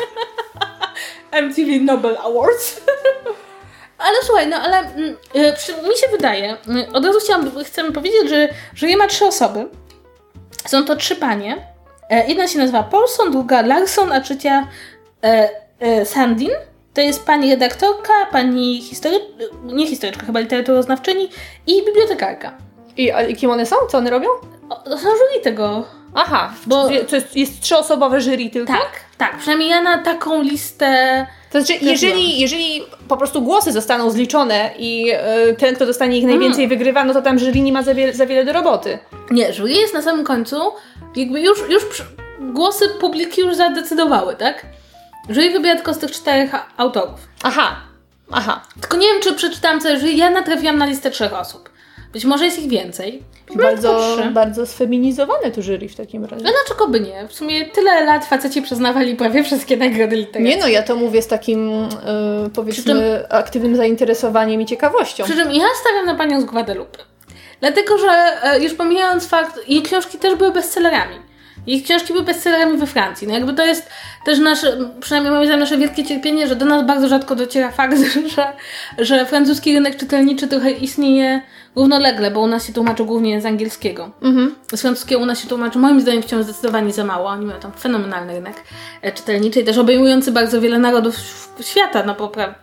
B: M T V Nobel Awards. Ale słuchaj, no ale mm, mi się wydaje, od razu chciałam, chcę powiedzieć, że jury ma trzy osoby. Są to trzy panie. Jedna się nazywa Paulson, druga Larson, a trzecia e, e, Sandin. To jest pani redaktorka, pani historyczka, nie historyczka, chyba literaturoznawczyni i bibliotekarka.
A: I a kim one są? Co one robią?
B: O, to są jury tego.
A: Aha, bo to jest, jest trzyosobowe jury tylko?
B: Tak, tak. Przynajmniej ja na taką listę...
A: To znaczy, jeżeli, jeżeli po prostu głosy zostaną zliczone i yy, ten, kto dostanie ich najwięcej, hmm. wygrywa, no to tam jury nie ma za, wie, za wiele do roboty.
B: Nie, jury jest na samym końcu, jakby już, już przy, głosy publiki już zadecydowały, tak? Jury wybiera tylko z tych czterech autorów.
A: Aha, aha.
B: Tylko nie wiem, czy przeczytałam całe jury, ja natrafiłam na listę trzech osób. Być może jest ich więcej.
A: Bardzo, bardzo sfeminizowane to jury w takim razie.
B: No dlaczego by nie? W sumie tyle lat faceci przyznawali prawie wszystkie nagrody literackie.
A: Nie no, ja to mówię z takim yy, powiedzmy czym, aktywnym zainteresowaniem i ciekawością.
B: Przy czym ja stawiam na panią z Guadalupe. Dlatego, że już pomijając fakt, jej książki też były bestsellerami. Ich książki były bestsellerami we Francji. No jakby to jest też nasze, przynajmniej moim zdaniem, nasze wielkie cierpienie, że do nas bardzo rzadko dociera fakt, że, że francuski rynek czytelniczy trochę istnieje równolegle, bo u nas się tłumaczy głównie z angielskiego. Mhm. Z francuskiego u nas się tłumaczy moim zdaniem wciąż zdecydowanie za mało. Oni mają tam fenomenalny rynek czytelniczy i też obejmujący bardzo wiele narodów świata, no poprawnie.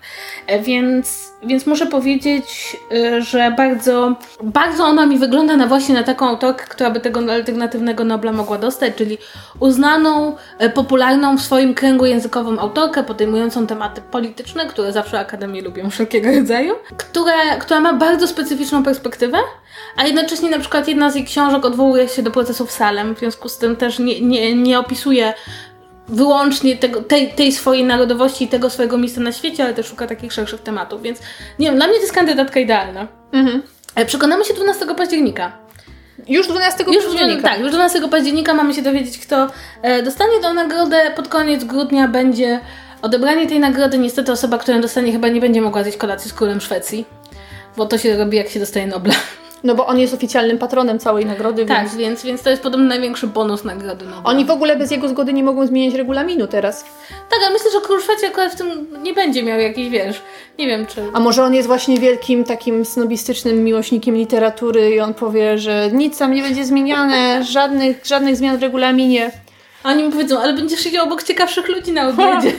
B: Więc, więc muszę powiedzieć, że bardzo, bardzo ona mi wygląda na właśnie na taką autorkę, która by tego alternatywnego Nobla mogła dostać, czyli uznaną, popularną w swoim kręgu językowym autorkę, podejmującą tematy polityczne, które zawsze akademie lubią wszelkiego rodzaju, które, która ma bardzo specyficzną perspektywę, a jednocześnie na przykład jedna z jej książek odwołuje się do procesów Salem, w związku z tym też nie, nie, nie opisuje wyłącznie tego, tej, tej swojej narodowości i tego swojego miejsca na świecie, ale też szuka takich szerszych tematów, więc nie wiem, dla mnie to jest kandydatka idealna. Mhm. Przekonamy się dwunastego października.
A: Już dwunastego października?
B: Tak, już dwunastego października mamy się dowiedzieć, kto dostanie tę nagrodę. Pod koniec grudnia będzie odebranie tej nagrody. Niestety osoba, która ją dostanie, chyba nie będzie mogła zjeść kolacji z królem Szwecji, bo to się robi, jak się dostaje Nobla.
A: No bo on jest oficjalnym patronem całej nagrody,
B: tak,
A: więc...
B: więc, więc to jest podobno największy bonus nagrody Nobla.
A: Oni w ogóle bez jego zgody nie mogą zmieniać regulaminu teraz.
B: Tak, ale myślę, że król Szwecji akurat w tym nie będzie miał jakiś, wiesz, nie wiem czy...
A: A może on jest właśnie wielkim takim snobistycznym miłośnikiem literatury i on powie, że nic tam nie będzie zmieniane, żadnych, żadnych zmian w regulaminie.
B: A oni mu powiedzą, ale będziesz siedział obok ciekawszych ludzi na obiedzie.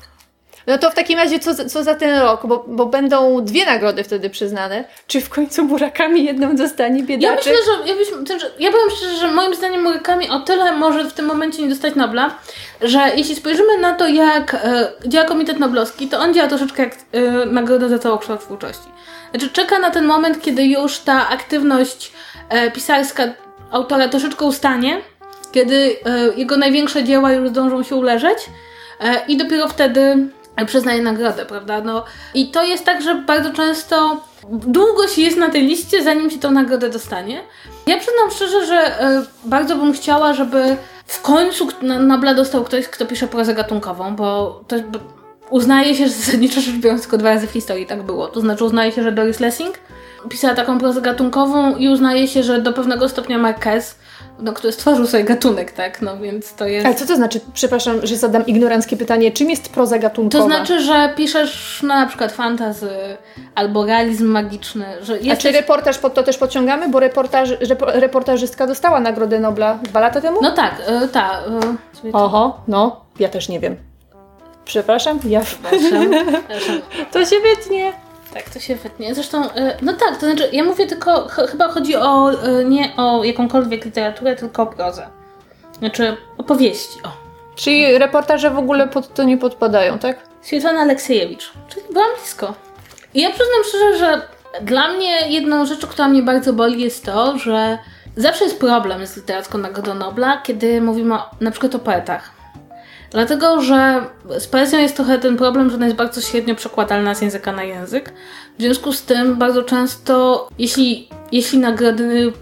A: No to w takim razie co, co za ten rok? Bo, bo będą dwie nagrody wtedy przyznane. Czy w końcu Murakami jedną dostanie biedaczek?
B: Ja myślę, że ja, byś, że ja powiem szczerze, że moim zdaniem Murakami o tyle może w tym momencie nie dostać Nobla, że jeśli spojrzymy na to, jak e, działa Komitet Noblowski, to on działa troszeczkę jak e, nagroda za całokształt twórczości. Znaczy czeka na ten moment, kiedy już ta aktywność e, pisarska autora troszeczkę ustanie, kiedy e, jego największe dzieła już zdążą się uleżeć e, i dopiero wtedy przyznaje nagrodę, prawda? No i to jest tak, że bardzo często długo się jest na tej liście, zanim się tą nagrodę dostanie. Ja przyznam szczerze, że y, bardzo bym chciała, żeby w końcu Nobla dostał ktoś, kto pisze prozę gatunkową, bo to uznaje się, że zasadniczo rzecz biorąc tylko dwa razy w historii tak było. To znaczy uznaje się, że Doris Lessing pisała taką prozę gatunkową i uznaje się, że do pewnego stopnia Marquez, no, który stworzył sobie gatunek, tak, no więc to jest...
A: Ale co to znaczy, przepraszam, że zadam ignoranckie pytanie, czym jest proza gatunkowa?
B: To znaczy, że piszesz no, na przykład fantasy albo realizm magiczny, że jesteś...
A: A czy reportaż pod to też podciągamy? Bo reportaż, reportażystka dostała Nagrodę Nobla dwa lata temu?
B: No tak, y, tak.
A: Y, Oho, no, ja też nie wiem. Przepraszam, ja...
B: Przepraszam. Przepraszam.
A: To się wytnie.
B: Tak, to się wytnie. Zresztą, no tak, to znaczy, ja mówię tylko, ch- chyba chodzi o, nie o jakąkolwiek literaturę, tylko o prozę. Znaczy, opowieści, o.
A: Czyli reportaże w ogóle pod to nie podpadają, tak?
B: Świetlana Aleksiejewicz. Czyli byłam blisko. I ja przyznam szczerze, że dla mnie jedną rzeczą, która mnie bardzo boli, jest to, że zawsze jest problem z literacką Nagrodą Nobla, kiedy mówimy o, na przykład o poetach. Dlatego, że z poezją jest trochę ten problem, że ona jest bardzo średnio przekładalna z języka na język. W związku z tym bardzo często, jeśli, jeśli nagrody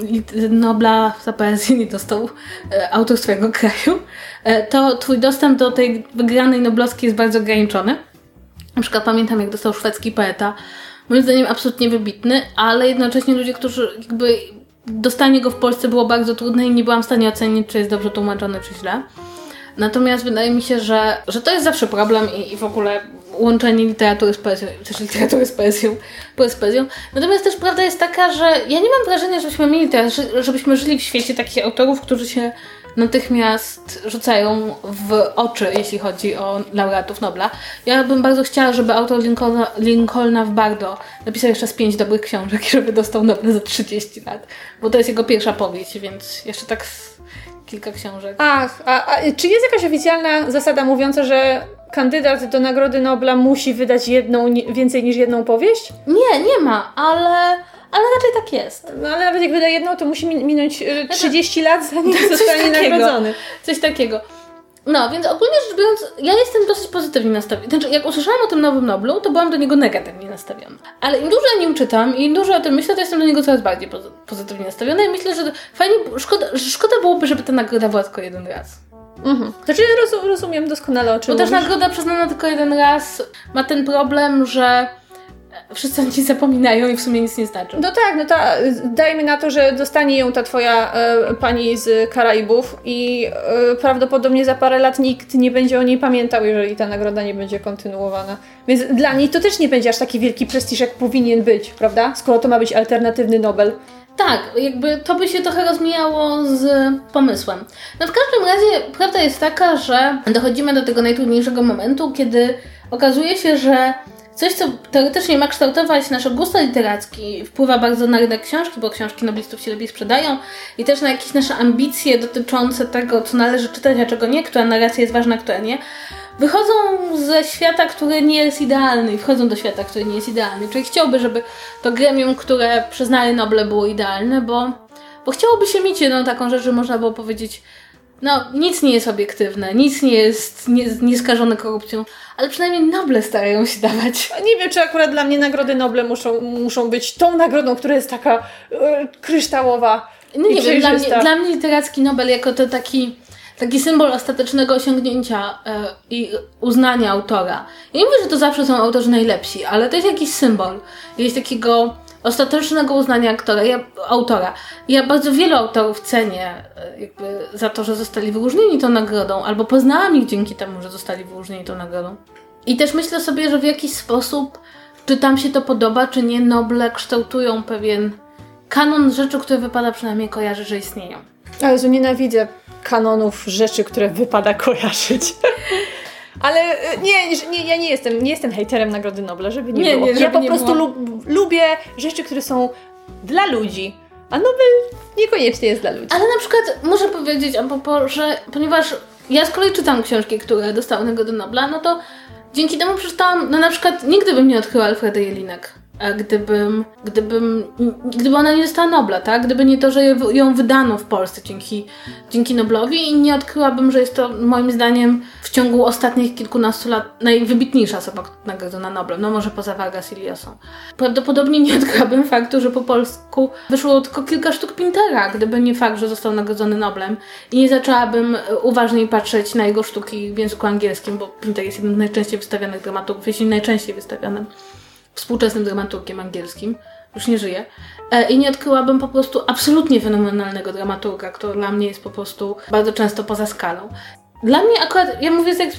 B: Nobla za poezję nie dostał e, autor swojego kraju, e, to twój dostęp do tej wygranej noblowskiej jest bardzo ograniczony. Na przykład pamiętam, jak dostał szwedzki poeta, moim zdaniem absolutnie wybitny, ale jednocześnie ludzie, którzy jakby dostanie go w Polsce było bardzo trudne i nie byłam w stanie ocenić, czy jest dobrze tłumaczony, czy źle. Natomiast wydaje mi się, że, że to jest zawsze problem i, i w ogóle łączenie literatury z poezją, też literatury z poezją, z poezją. Natomiast też prawda jest taka, że ja nie mam wrażenia, żebyśmy mieli teraz, żebyśmy żyli w świecie takich autorów, którzy się natychmiast rzucają w oczy, jeśli chodzi o laureatów Nobla. Ja bym bardzo chciała, żeby autor Lincolna, Lincolna w Bardo napisał jeszcze z pięć dobrych książek i żeby dostał Nobla za trzydzieści lat, bo to jest jego pierwsza powieść, więc jeszcze tak kilka książek.
A: Ach, a, a czy jest jakaś oficjalna zasada mówiąca, że kandydat do Nagrody Nobla musi wydać jedną, więcej niż jedną powieść?
B: Nie, nie ma, ale, ale raczej tak jest.
A: No ale nawet jak wyda jedną, to musi minąć trzydzieści lat, zanim zostanie
B: takiego,
A: nagrodzony.
B: Coś takiego. No, więc ogólnie rzecz biorąc, ja jestem dosyć pozytywnie nastawiona. Znaczy, jak usłyszałam o tym nowym Noblu, to byłam do niego negatywnie nastawiona. Ale im dłużej o nim czytam i im dłużej o tym myślę, to jestem do niego coraz bardziej pozy- pozytywnie nastawiona i myślę, że fajnie, szkoda, że szkoda byłoby, żeby ta nagroda była tylko jeden raz.
A: Mhm. Znaczy, roz, rozumiem doskonale, o czym
B: Bo też
A: mówisz.
B: nagroda przyznana tylko jeden raz ma ten problem, że wszyscy o niej zapominają i w sumie nic nie znaczą.
A: No tak, no ta, dajmy na to, że dostanie ją ta twoja e, pani z Karaibów i e, prawdopodobnie za parę lat nikt nie będzie o niej pamiętał, jeżeli ta nagroda nie będzie kontynuowana. Więc dla niej to też nie będzie aż taki wielki prestiż, jak powinien być, prawda? Skoro to ma być alternatywny Nobel.
B: Tak, jakby to by się trochę rozmijało z pomysłem. No w każdym razie prawda jest taka, że dochodzimy do tego najtrudniejszego momentu, kiedy okazuje się, że coś, co teoretycznie ma kształtować nasze gusto literackie, wpływa bardzo na rynek książki, bo książki noblistów się lepiej sprzedają i też na jakieś nasze ambicje dotyczące tego, co należy czytać, a czego nie, która narracja jest ważna, która nie, wychodzą ze świata, który nie jest idealny i wchodzą do świata, który nie jest idealny. Czyli chciałby, żeby to gremium, które przyznaje Noble, było idealne, bo, bo chciałoby się mieć jedną taką rzecz, że można było powiedzieć, no nic nie jest obiektywne, nic nie jest nie, nieskażone korupcją, ale przynajmniej Noble starają się dawać.
A: Nie wiem, czy akurat dla mnie nagrody Noble muszą, muszą być tą nagrodą, która jest taka e, kryształowa
B: no,
A: i
B: nie wiem, dla mnie,
A: przejrzysta.
B: dla mnie literacki Nobel jako to taki taki symbol ostatecznego osiągnięcia e, i uznania autora. Ja nie mówię, że to zawsze są autorzy najlepsi, ale to jest jakiś symbol. Jest takiego ostatecznego uznania aktora, ja, autora. Ja bardzo wielu autorów cenię e, jakby za to, że zostali wyróżnieni tą nagrodą, albo poznałam ich dzięki temu, że zostali wyróżnieni tą nagrodą. I też myślę sobie, że w jakiś sposób, czy tam się to podoba, czy nie, Noble kształtują pewien kanon rzeczy, które wypada przynajmniej kojarzyć, że istnieją.
A: Ale że nienawidzę kanonów rzeczy, które wypada kojarzyć. Ale nie, nie, ja nie jestem, nie jestem hejterem Nagrody Nobla, żeby nie,
B: nie
A: było.
B: Nie, żeby
A: ja po
B: nie
A: prostu
B: było.
A: lub, lubię rzeczy, które są dla ludzi, a Nobel niekoniecznie jest dla ludzi.
B: Ale na przykład muszę powiedzieć, a propos, że ponieważ ja z kolei czytam książki, które dostały Nagrodę Nobla, no to dzięki temu przeczytałam, no na przykład nigdy bym nie odkryła Alfredy Jelinek. Gdybym, gdybym, gdyby ona nie dostała Nobla, tak? Gdyby nie to, że ją wydano w Polsce dzięki, dzięki Noblowi i nie odkryłabym, że jest to moim zdaniem w ciągu ostatnich kilkunastu lat najwybitniejsza osoba nagrodzona Noblem, no może poza Vargas Llosą. Prawdopodobnie nie odkryłabym faktu, że po polsku wyszło tylko kilka sztuk Pintera, gdyby nie fakt, że został nagrodzony Noblem i nie zaczęłabym uważniej patrzeć na jego sztuki w języku angielskim, bo Pinter jest jednym z najczęściej wystawianych dramaturgów, jeśli najczęściej wystawianym współczesnym dramaturgiem angielskim, już nie żyje, e, i nie odkryłabym po prostu absolutnie fenomenalnego dramaturga, który dla mnie jest po prostu bardzo często poza skalą. Dla mnie akurat, ja mówię ze,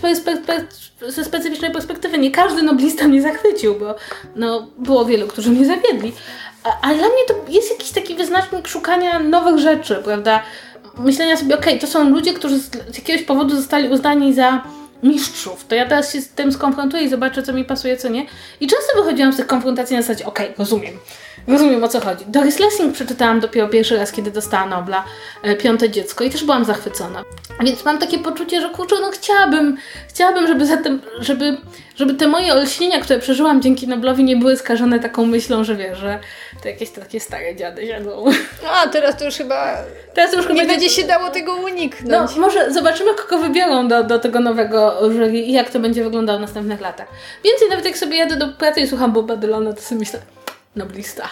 B: ze specyficznej perspektywy, nie każdy noblista mnie zachwycił, bo no, było wielu, którzy mnie zawiedli, a, ale dla mnie to jest jakiś taki wyznacznik szukania nowych rzeczy, prawda? Myślenia sobie, okej, okay, to są ludzie, którzy z, z jakiegoś powodu zostali uznani za mistrzów, to ja teraz się z tym skonfrontuję i zobaczę, co mi pasuje, co nie. I często wychodziłam z tych konfrontacji na zasadzie, okej, okay, rozumiem, rozumiem, o co chodzi. Doris Lessing przeczytałam dopiero pierwszy raz, kiedy dostała Nobla, e, Piąte dziecko, i też byłam zachwycona. Więc mam takie poczucie, że kurczę, no chciałabym, chciałabym, żeby zatem, żeby, żeby te moje olśnienia, które przeżyłam dzięki Noblowi, nie były skażone taką myślą, że wiesz, że to jakieś takie stare dziady siedzą.
A: A, teraz to już chyba...
B: Teraz już
A: nie
B: chyba
A: będzie się dało tego uniknąć.
B: No, może zobaczymy, kogo wybiorą do, do tego nowego jury i jak to będzie wyglądało w następnych latach. Więcej, nawet jak sobie jadę do pracy i słucham Boba Dylana, to sobie myślę, noblista.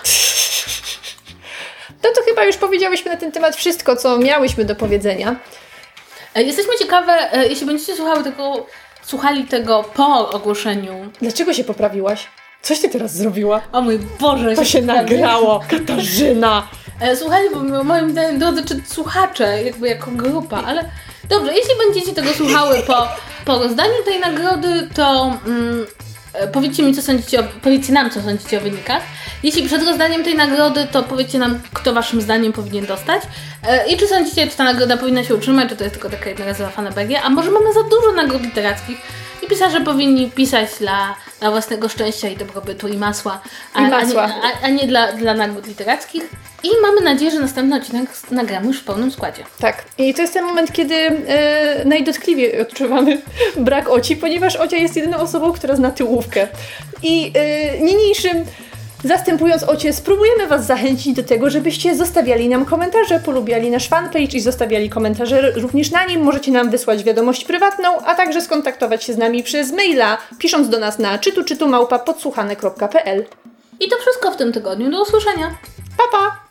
A: No to chyba już powiedziałyśmy na ten temat wszystko, co miałyśmy do powiedzenia.
B: Jesteśmy ciekawe, jeśli będziecie słuchały tego, słuchali tego po ogłoszeniu.
A: Dlaczego się poprawiłaś? Coś ty teraz zrobiła?
B: O mój Boże.
A: To się nagrało, Katarzyna.
B: Słuchajcie, bo moim zdaniem, drodzy czy słuchacze, jakby jako grupa, ale dobrze, jeśli będziecie tego słuchały po, po rozdaniu tej nagrody, to mm, powiedzcie mi, co sądzicie, o, powiedzcie nam, co sądzicie o wynikach. Jeśli przed rozdaniem tej nagrody, to powiedzcie nam, kto waszym zdaniem powinien dostać. E, I czy sądzicie, czy ta nagroda powinna się utrzymać, czy to jest tylko taka jednorazowa fanaberia, a może mamy za dużo nagród literackich i pisarze powinni pisać dla, dla własnego szczęścia i dobrobytu i masła, a,
A: I masła.
B: a, nie, a, a nie dla, dla nagród literackich. I mamy nadzieję, że następny odcinek nagramy już w pełnym składzie.
A: Tak. I to jest ten moment, kiedy e, najdotkliwiej odczuwamy brak Oci, ponieważ Ocia jest jedyną osobą, która zna tyłówkę. I e, niniejszym zastępując Ocię, spróbujemy Was zachęcić do tego, żebyście zostawiali nam komentarze, polubiali nasz fanpage i zostawiali komentarze również na nim. Możecie nam wysłać wiadomość prywatną, a także skontaktować się z nami przez maila, pisząc do nas na czytu czytu małpa podsłuchane kropka p l.
B: I to wszystko w tym tygodniu. Do usłyszenia.
A: Pa, pa!